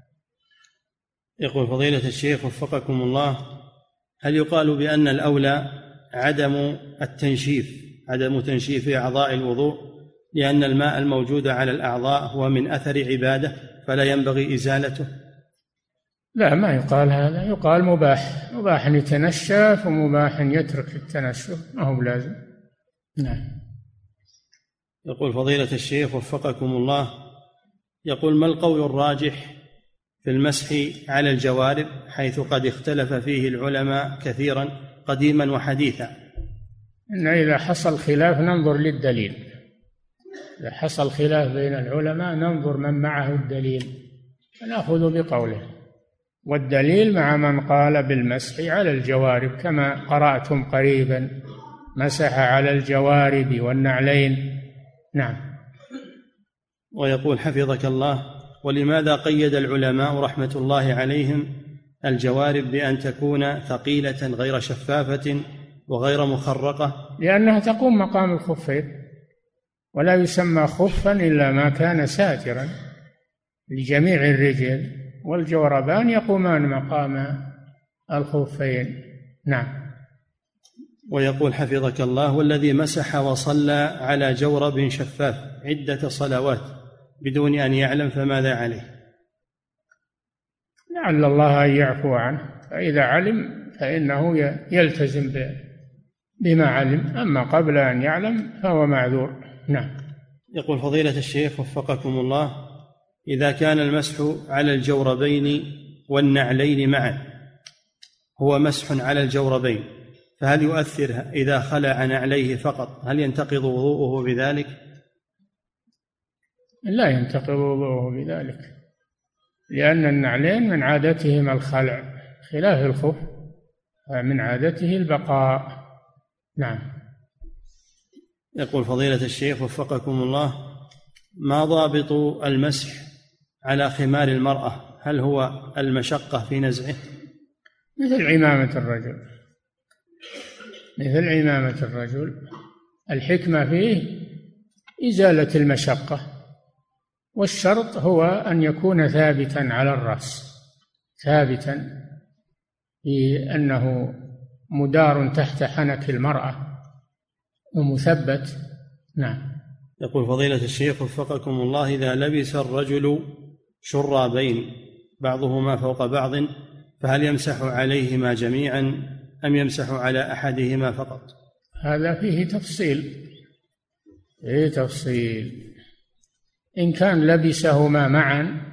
يقول فضيلة الشيخ وفقكم الله، هل يقال بأن الأولى عدم تنشيف أعضاء الوضوء لأن الماء الموجود على الأعضاء هو من أثر عبادة فلا ينبغي إزالته؟ لا، ما يقال هذا، يقال مباح يتنشف ومباح يترك التنشف، ما هو لازم. نعم. يقول فضيلة الشيخ وفقكم الله، يقول ما القول الراجح في المسح على الجوارب حيث قد اختلف فيه العلماء كثيرا قديما وحديثا؟ إن إذا حصل خلاف ننظر للدليل، إذا حصل خلاف بين العلماء ننظر من معه الدليل فنأخذ بقوله، والدليل مع من قال بالمسح على الجوارب كما قرأتم قريبا: مسح على الجوارب والنعلين. نعم. ويقول حفظك الله، ولماذا قيد العلماء رحمة الله عليهم الجوارب بأن تكون ثقيلة غير شفافة وغير مخرقة؟ لأنها تقوم مقام الخفين، ولا يسمى خفا إلا ما كان ساترا لجميع الرجل، والجوربان يقومان مقام الخفين. نعم. ويقول حفظك الله: والذي مسح وصلى على جورب شفاف عدة صلوات بدون أن يعلم فماذا عليه؟ لعل الله أن يعفو عنه، فإذا علم فإنه يلتزم بما علم، أما قبل أن يعلم فهو معذور. نعم. يقول فضيلة الشيخ وفقكم الله: إذا كان المسح على الجوربين والنعلين معا هو مسح على الجوربين، فهل يؤثر إذا خلع نعليه فقط؟ هل ينتقض وضوءه بذلك؟ لا ينتقض وضوءه بذلك، لأن النعلين من عادتهما الخلع، خلاف الخف من عادته البقاء. نعم. يقول فضيلة الشيخ وفقكم الله: ما ضابط المسح على خمار المرأة؟ هل هو المشقة في نزعه؟ مثل عمامة الرجل، مثل عمامة الرجل، الحكمة فيه إزالة المشقة، والشرط هو أن يكون ثابتا على الرأس، ثابتا بأنه مدار تحت حنك المرأة ومثبت. نعم. يقول فضيلة الشيخ وفقكم الله: إذا لبس الرجل شرابين بعضهما فوق بعض فهل يمسح عليهما جميعا أم يمسح على أحدهما فقط؟ هذا فيه تفصيل، فيه تفصيل. إن كان لبسهما معا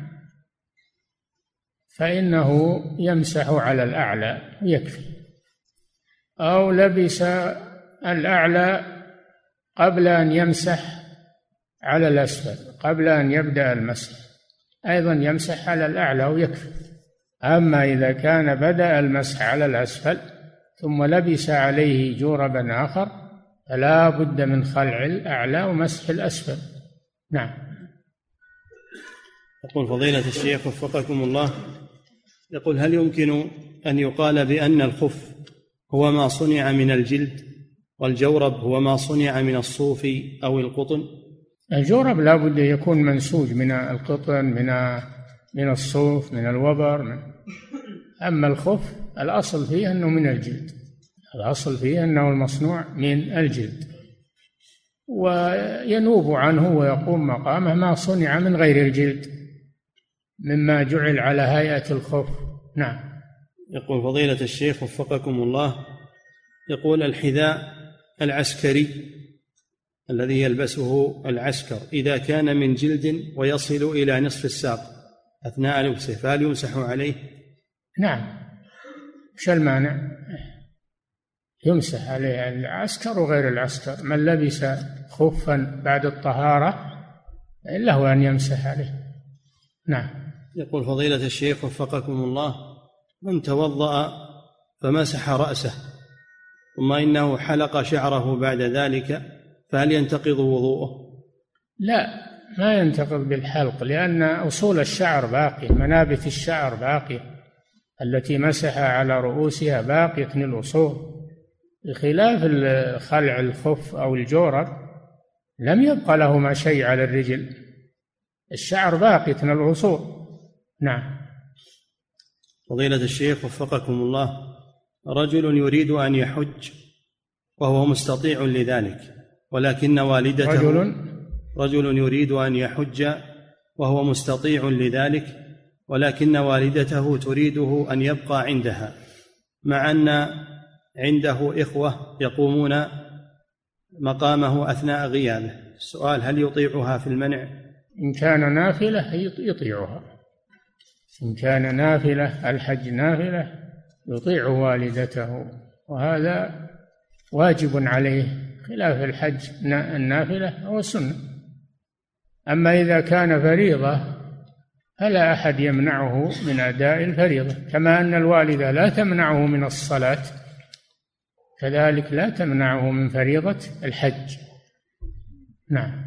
فإنه يمسح على الأعلى ويكفي، أو لبس الأعلى قبل أن يمسح على الأسفل، قبل أن يبدأ المسح أيضا يمسح على الأعلى ويكفي. أما إذا كان بدأ المسح على الأسفل ثم لبس عليه جوربا آخر فلا بد من خلع الأعلى ومسح الأسفل. نعم. يقول فضيلة الشيخ وفقكم الله: يقول هل يمكن أن يقال بأن الخف هو ما صنع من الجلد والجورب هو ما صنع من الصوف أو القطن؟ الجورب لا بد يكون منسوج من القطن، من الصوف، من الوبر. أما الخف الأصل فيه أنه من الجلد، الأصل فيه أنه المصنوع من الجلد، وينوب عنه ويقوم مقامه ما صنع من غير الجلد مما جعل على هيئة الخف. نعم. يقول فضيلة الشيخ وفقكم الله: يقول الحذاء العسكري الذي يلبسه العسكر إذا كان من جلد ويصل إلى نصف الساق أثناء لبسه فهل يمسح عليه؟ نعم. وش المانع؟ يمسح عليه العسكر وغير العسكر. من لبس خفا بعد الطهارة له أن يمسح عليه. نعم. يقول فضيلة الشيخ وفقكم الله: من توضأ فمسح رأسه ثم إنه حلق شعره بعد ذلك فهل ينتقض وضوءه؟ لا، ما ينتقض بالحلق، لأن أصول الشعر باقي، منابت الشعر باقية التي مسح على رؤوسها باقية الأصول، بخلاف خلع الخف أو الجورب لم يبقى لهما شيء على الرجل، الشعر باقي من الأصول. نعم. فضيلة الشيخ وفقكم الله: رجل يريد أن يحج وهو مستطيع لذلك ولكن والدته رجل يريد أن يحج وهو مستطيع لذلك ولكن والدته تريده أن يبقى عندها مع أن عنده إخوة يقومون مقامه أثناء غيابه. السؤال: هل يطيعها في المنع؟ إن كان نافلة يطيعها، إن كان نافلة الحج نافلة يطيع والدته، وهذا واجب عليه، خلاف الحج النافلة هو السنة. أما إذا كان فريضة فلا أحد يمنعه من أداء الفريضة، كما أن الوالدة لا تمنعه من الصلاة كذلك لا تمنعه من فريضة الحج. نعم.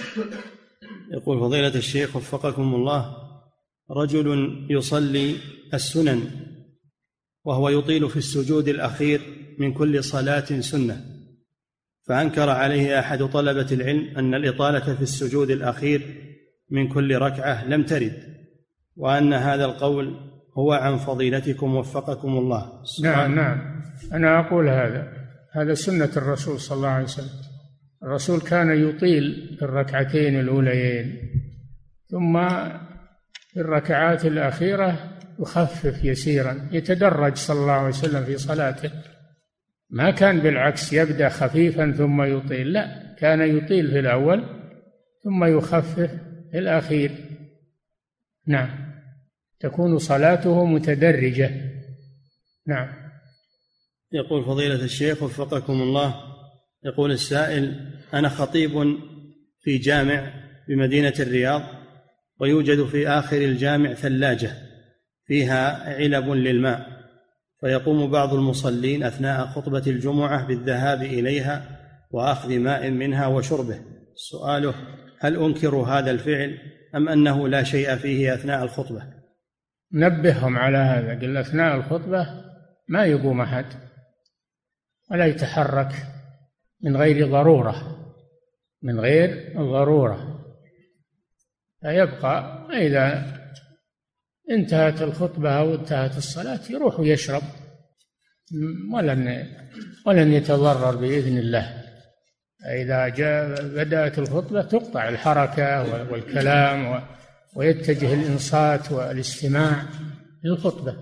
يقول فضيلة الشيخ وفقكم الله: رجل يصلي السنن وهو يطيل في السجود الأخير من كل صلاة سنة، فأنكر عليه أحد طلبة العلم أن الإطالة في السجود الأخير من كل ركعة لم ترد، وأن هذا القول هو عن فضيلتكم وفقكم الله. نعم أنا أقول هذا سنة الرسول صلى الله عليه وسلم. الرسول كان يطيل الركعتين الأوليين، ثم في الركعات الأخيرة يخفف يسيرا، يتدرج صلى الله عليه وسلم في صلاته، ما كان بالعكس يبدأ خفيفا ثم يطيل، لا، كان يطيل في الأول ثم يخفف في الأخير. نعم، تكون صلاته متدرجة. نعم. يقول فضيلة الشيخ وفقكم الله، يقول السائل: أنا خطيب في جامع بمدينة الرياض، ويوجد في آخر الجامع ثلاجة فيها علب للماء، فيقوم بعض المصلين أثناء خطبة الجمعة بالذهاب إليها وأخذ ماء منها وشربه. سؤاله: هل أنكر هذا الفعل أم أنه لا شيء فيه أثناء الخطبة؟ نبههم على هذا، قل أثناء الخطبة ما يقوم أحد ولا يتحرك من غير ضرورة، فيبقى إذا انتهت الخطبة أو انتهت الصلاة يروح يشرب ولن يتضرر بإذن الله. إذا بدأت الخطبة تقطع الحركة والكلام ويتجه الإنصات والاستماع للخطبة.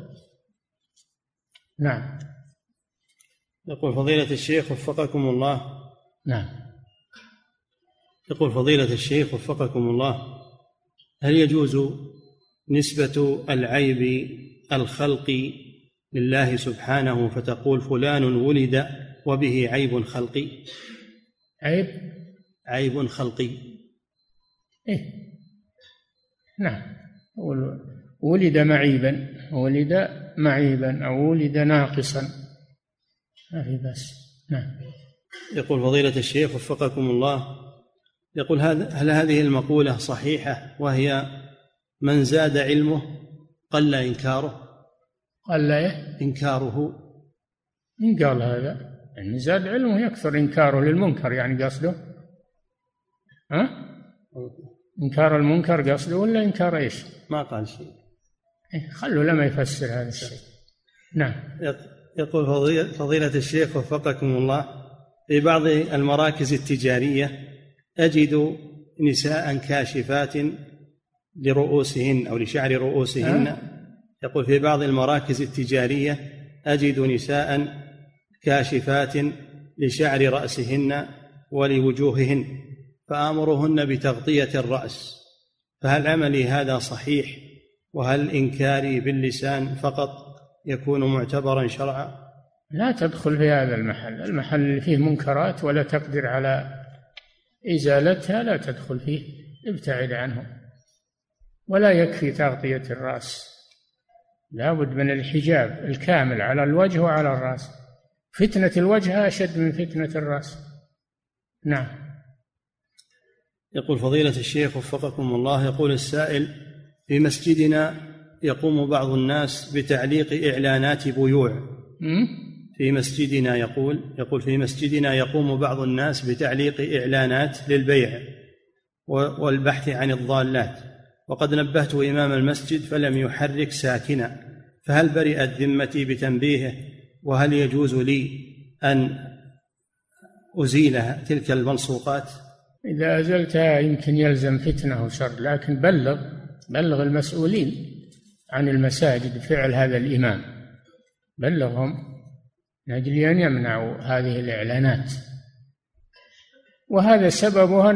نعم. يقول فضيلة الشيخ وفقكم الله. نعم. يقول فضيلة الشيخ وفقكم الله: هل يجوز نسبة العيب الخلقي لله سبحانه، فتقول فلان ولد وبه عيب خلقي؟ عيب خلقي. إيه؟ نعم. ولد معيبا أو ولد ناقصا، ما في بس. نعم. يقول فضيلة الشيخ وفقكم الله، يقول: هل هذه المقولة صحيحة، وهي من زاد علمه قل إنكاره؟ قل إنكاره. من قال هذا؟ يعني زاد علمه يكثر إنكاره للمنكر، يعني قصده إنكار المنكر قصده، ولا إنكار إيش؟ ما قال شيء. خلوا لما يفسر هذا الشيء. نعم. يقول فضيلة الشيخ وفقكم الله: في بعض المراكز التجارية أجد نساء كاشفات لرؤوسهن أو لشعر رؤوسهن. يقول: في بعض المراكز التجارية أجد نساء كاشفات لشعر رأسهن ولوجوههن، فآمرهن بتغطية الرأس، فهل عملي هذا صحيح؟ وهل إنكاري باللسان فقط يكون معتبرا شرعا؟ لا تدخل في هذا المحل اللي فيه منكرات ولا تقدر على إزالتها، لا تدخل فيه، ابتعد عنه. ولا يكفي تغطية الرأس، لا بد من الحجاب الكامل على الوجه وعلى الرأس. فتنة الوجه أشد من فتنة الرأس. نعم. يقول فضيلة الشيخ وفقكم الله، يقول السائل: في مسجدنا يقوم بعض الناس بتعليق إعلانات بيوع. في مسجدنا يقول في مسجدنا يقوم بعض الناس بتعليق إعلانات للبيع والبحث عن الضالات، وقد نبهت إمام المسجد فلم يحرك ساكنا، فهل برئت ذمتي بتنبيهه؟ وهل يجوز لي أن أزيل تلك الملصوقات؟ إذا أزلتها يمكن يلزم فتنة وشر، لكن بلغ المسؤولين عن المساجد فعل هذا الإمام، بلغهم من أجل أن يمنعوا هذه الإعلانات. وهذا سببه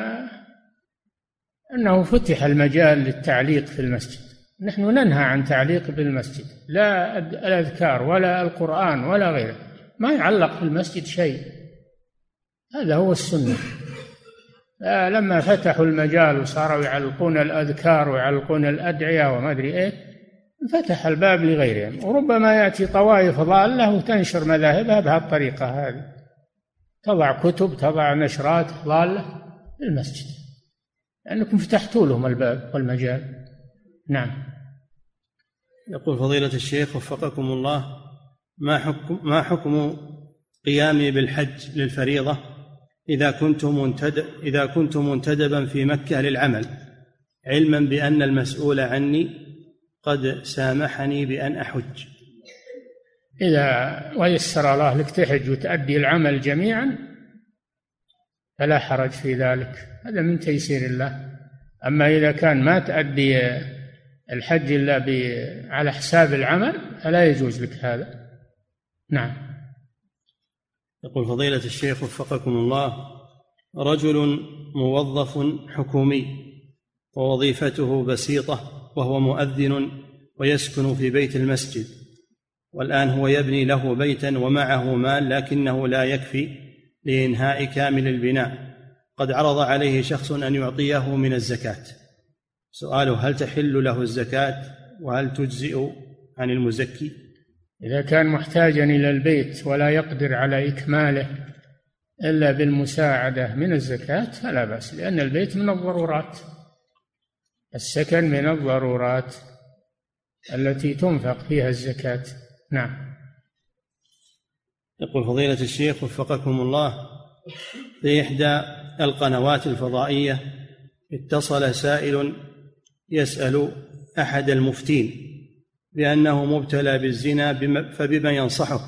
أنه فتح المجال للتعليق في المسجد. نحن ننهى عن تعليق بالمسجد، لا الأذكار ولا القرآن ولا غيره، ما يعلق في المسجد شيء، هذا هو السنة. لما فتحوا المجال وصاروا يعلقون الأذكار ويعلقون الأدعية وما أدري إيه، فتح الباب لغيرهم، وربما يأتي طوائف ضالة وتنشر مذاهبها بهالطريقة هذه، تضع كتب، تضع نشرات ضالة في المسجد، لأنكم فتحتوا لهم الباب والمجال. نعم. يقول فضيلة الشيخ وفقكم الله: ما حكم قيامي بالحج للفريضة إذا كنت منتدبا في مكة للعمل، علما بأن المسؤول عني قد سامحني بأن أحج. إذا ويسر الله لك تحج وتأدي العمل جميعا فلا حرج في ذلك، هذا من تيسير الله. أما إذا كان ما تأدي الحج إلا على حساب العمل فلا يجوز لك هذا. نعم. يقول فضيلة الشيخ وفقكم الله: رجل موظف حكومي ووظيفته بسيطة وهو مؤذن ويسكن في بيت المسجد، والآن هو يبني له بيتا ومعه مال لكنه لا يكفي لإنهاء كامل البناء، قد عرض عليه شخص أن يعطيه من الزكاة. سؤاله: هل تحل له الزكاة وهل تجزئ عن المزكي؟ إذا كان محتاجا إلى البيت ولا يقدر على إكماله إلا بالمساعدة من الزكاة فلا بأس، لأن البيت من الضرورات، السكن من الضرورات التي تنفق فيها الزكاة. نعم. يقول فضيلة الشيخ وفقكم الله: في إحدى القنوات الفضائية اتصل سائل يسأل أحد المفتين بأنه مبتلى بالزنا فبما ينصحه،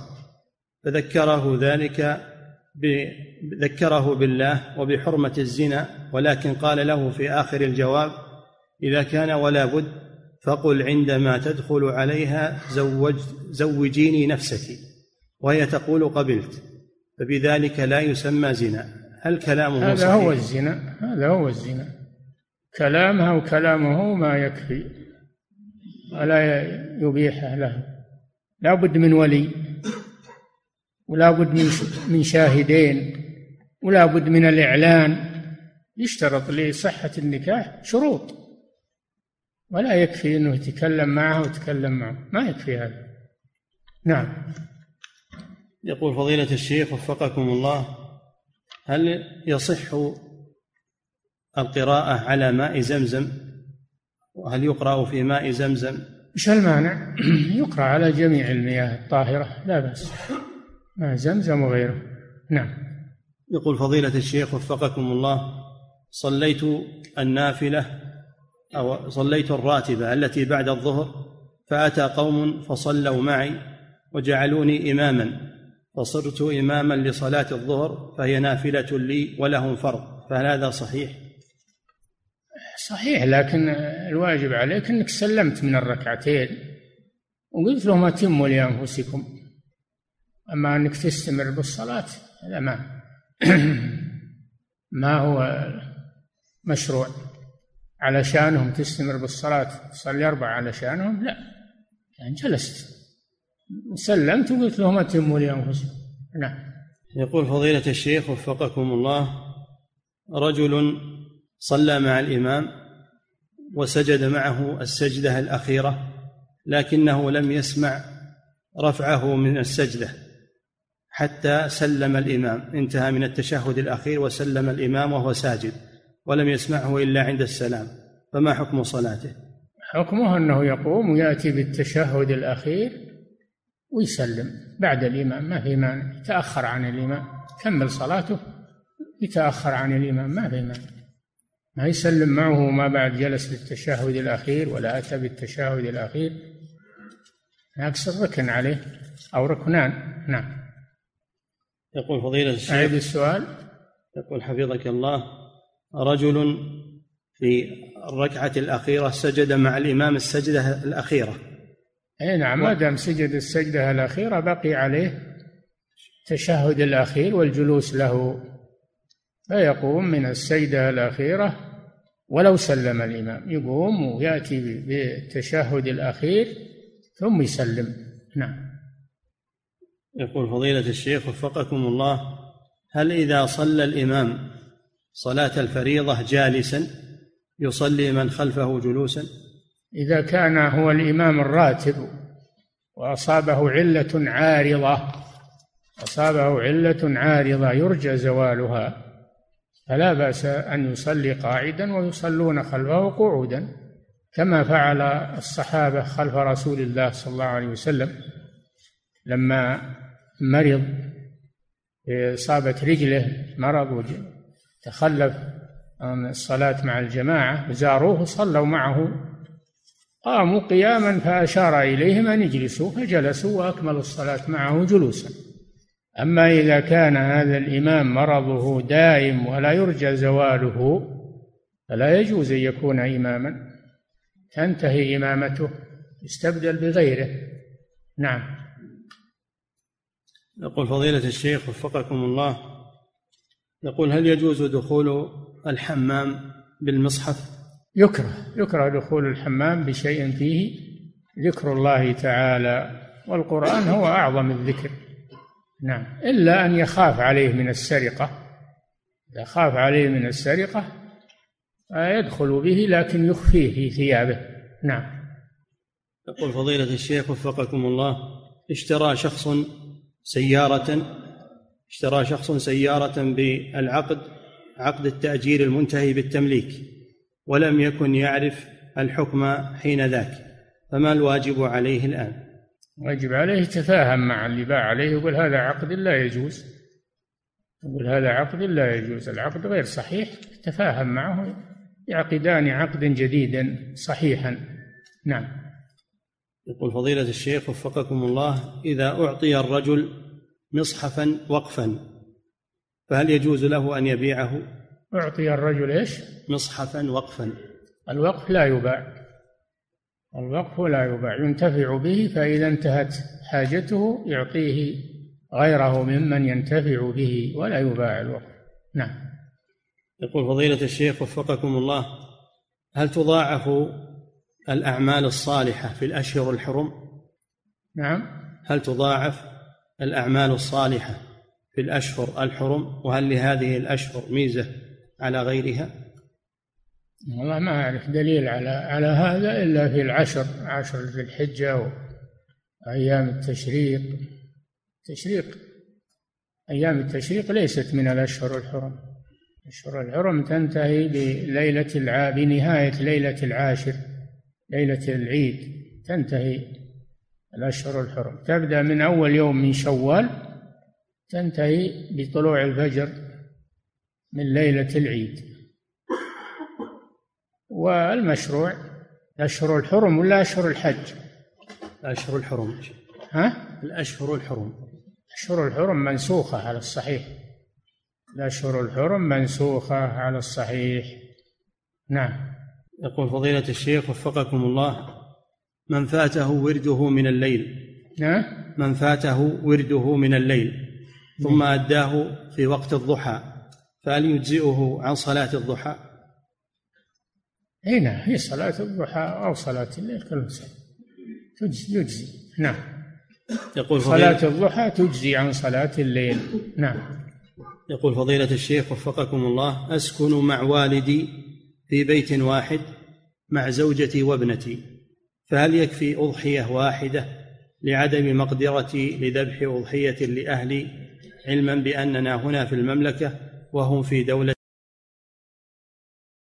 ذكره بالله وبحرمة الزنا، ولكن قال له في آخر الجواب: إذا كان ولا بد فقل عندما تدخل عليها زوجيني نفسك، وهي تقول قبلت، فبذلك لا يسمى زنا. هل كلامه صحيح؟ هذا هو الزنا. كلامها وكلامه ما يكفي ولا يبيحه له، لا بد من ولي، ولا بد من شاهدين، ولا بد من الإعلان. يشترط لصحة النكاح شروط، ولا يكفي أنه يتكلم معه وتكلم معه، ما يكفي هذا. نعم. يقول فضيلة الشيخ وفقكم الله: هل يصح القراءة على ماء زمزم؟ وهل يقرأ في ماء زمزم؟ إيش المانع؟ يقرأ على جميع المياه الطاهرة، لا بأس، ماء زمزم وغيره. نعم. يقول فضيلة الشيخ وفقكم الله: صليت النافلة أو صليت الراتبة التي بعد الظهر، فأتى قوم فصلوا معي وجعلوني إماما، فصرت إماما لصلاة الظهر فهي نافلة لي ولهم فرض، فهل هذا صحيح؟ صحيح، لكن الواجب عليك أنك سلمت من الركعتين وقلت لهم أتموا لأنفسكم، أما أنك تستمر بالصلاة هذا ما هو مشروع. علشانهم تستمر بالصلاة تصلي 4 علشانهم؟ لا، يعني جلست وسلمت وقلت لهم أتموا لأنفسكم. نعم. يقول فضيلة الشيخ وفقكم الله: رجل صلى مع الإمام وسجد معه السجدة الأخيرة، لكنه لم يسمع رفعه من السجدة حتى سلم الإمام، انتهى من التشهد الأخير وسلم الإمام وهو ساجد ولم يسمعه إلا عند السلام، فما حكم صلاته؟ حكمه أنه يقوم ويأتي بالتشهد الأخير ويسلم بعد الإمام، ما في مانع، يتأخر عن الإمام، كمل صلاته يتأخر عن الإمام، ما في مانع، ما يسلم معه ما بعد جلس للتشهد الأخير ولا أتى بالتشهد الأخير، ناقص الركن عليه أو ركنان. نعم. يقول فضيلة الشيخ: أعيد السؤال. يقول حفظك الله: رجل في الركعة الأخيرة سجد مع الإمام السجدة الأخيرة. أي نعم، ما دام سجد السجدة الأخيرة بقي عليه التشهد الأخير والجلوس له، فيقوم من السجدة الأخيرة ولو سلم الإمام، يقوم ويأتي بالتشهد الأخير ثم يسلم. نعم. يقول فضيلة الشيخ وفقكم الله: هل إذا صلى الإمام صلاة الفريضة جالسا يصلي من خلفه جلوسا؟ إذا كان هو الإمام الراتب وأصابه علة عارضة يرجى زوالها فلا بأس أن يصلي قاعدا ويصلون خلفه قعودا، كما فعل الصحابة خلف رسول الله صلى الله عليه وسلم لما مرض، إصابت رجله مرض وتخلف الصلاة مع الجماعة زاروه صلوا معه، قاموا قياما فأشار إليهم أن يجلسوا فجلسوا وأكملوا الصلاة معه جلوسا. أما إذا كان هذا الإمام مرضه دائم ولا يرجى زواله فلا يجوز أن يكون إماما، تنتهي إمامته يستبدل بغيره. نعم. يقول فضيلة الشيخ وفقكم الله، يقول هل يجوز دخول الحمام بالمصحف؟ يكره دخول الحمام بشيء فيه ذكر الله تعالى، والقرآن هو أعظم الذكر. نعم، إلا أن يخاف عليه من السرقة، إذا خاف عليه من السرقة يدخل به لكن يخفيه في ثيابه. نعم. يقول فضيلة الشيخ وفقكم الله، اشترى شخص سيارة بالعقد، عقد التأجير المنتهي بالتمليك، ولم يكن يعرف الحكم حين ذاك، فما الواجب عليه الآن؟ واجب عليه يتفاهم مع اللي باع عليه، يقول هذا عقد لا يجوز، العقد غير صحيح، تفاهم معه يعقدان عقدا جديدا صحيحا. نعم. يقول فضيلة الشيخ وفقكم الله، إذا أعطي الرجل مصحفا وقفا فهل يجوز له أن يبيعه؟ أعطي الرجل إيش؟ مصحفا وقفا. الوقف لا يباع، ينتفع به، فإذا انتهت حاجته يعطيه غيره ممن ينتفع به، ولا يباع الوقف. نعم. يقول فضيلة الشيخ وفقكم الله، هل تضاعف الأعمال الصالحة في الأشهر الحرم؟ نعم. هل تضاعف الأعمال الصالحة في الأشهر الحرم، وهل لهذه الأشهر ميزة على غيرها؟ والله ما أعرف دليل على هذا إلا في عشر ذي الحجة وأيام التشريق. أيام التشريق ليست من الأشهر الحرم. أشهر الحرم تنتهي بنهاية ليلة العاشر، ليلة العيد، تنتهي الأشهر الحرم، تبدأ من أول يوم من شوال تنتهي بطلوع الفجر من ليلة العيد. والمشروع أشهر الحرم ولا أشهر الحج؟ أشهر الحرم. الأشهر الحرم. أشهر الحرم منسوخة على الصحيح، الأشهر الحرم منسوخة على الصحيح. نعم. يقول فضيلة الشيخ وفقكم الله، من فاته ورده من الليل ثم أداه في وقت الضحى فهل يجزئه عن صلاة الضحى؟ هنا هي صلاة الضحى أو صلاة الليل كل يجزي. نعم. يقول صلاة الضحى تجزي عن صلاة الليل. نعم. يقول فضيلة الشيخ وفقكم الله، أسكن مع والدي في بيت واحد مع زوجتي وابنتي، فهل يكفي أضحية واحدة لعدم مقدرتي لذبح أضحية لأهلي، علما بأننا هنا في المملكة وهم في دولة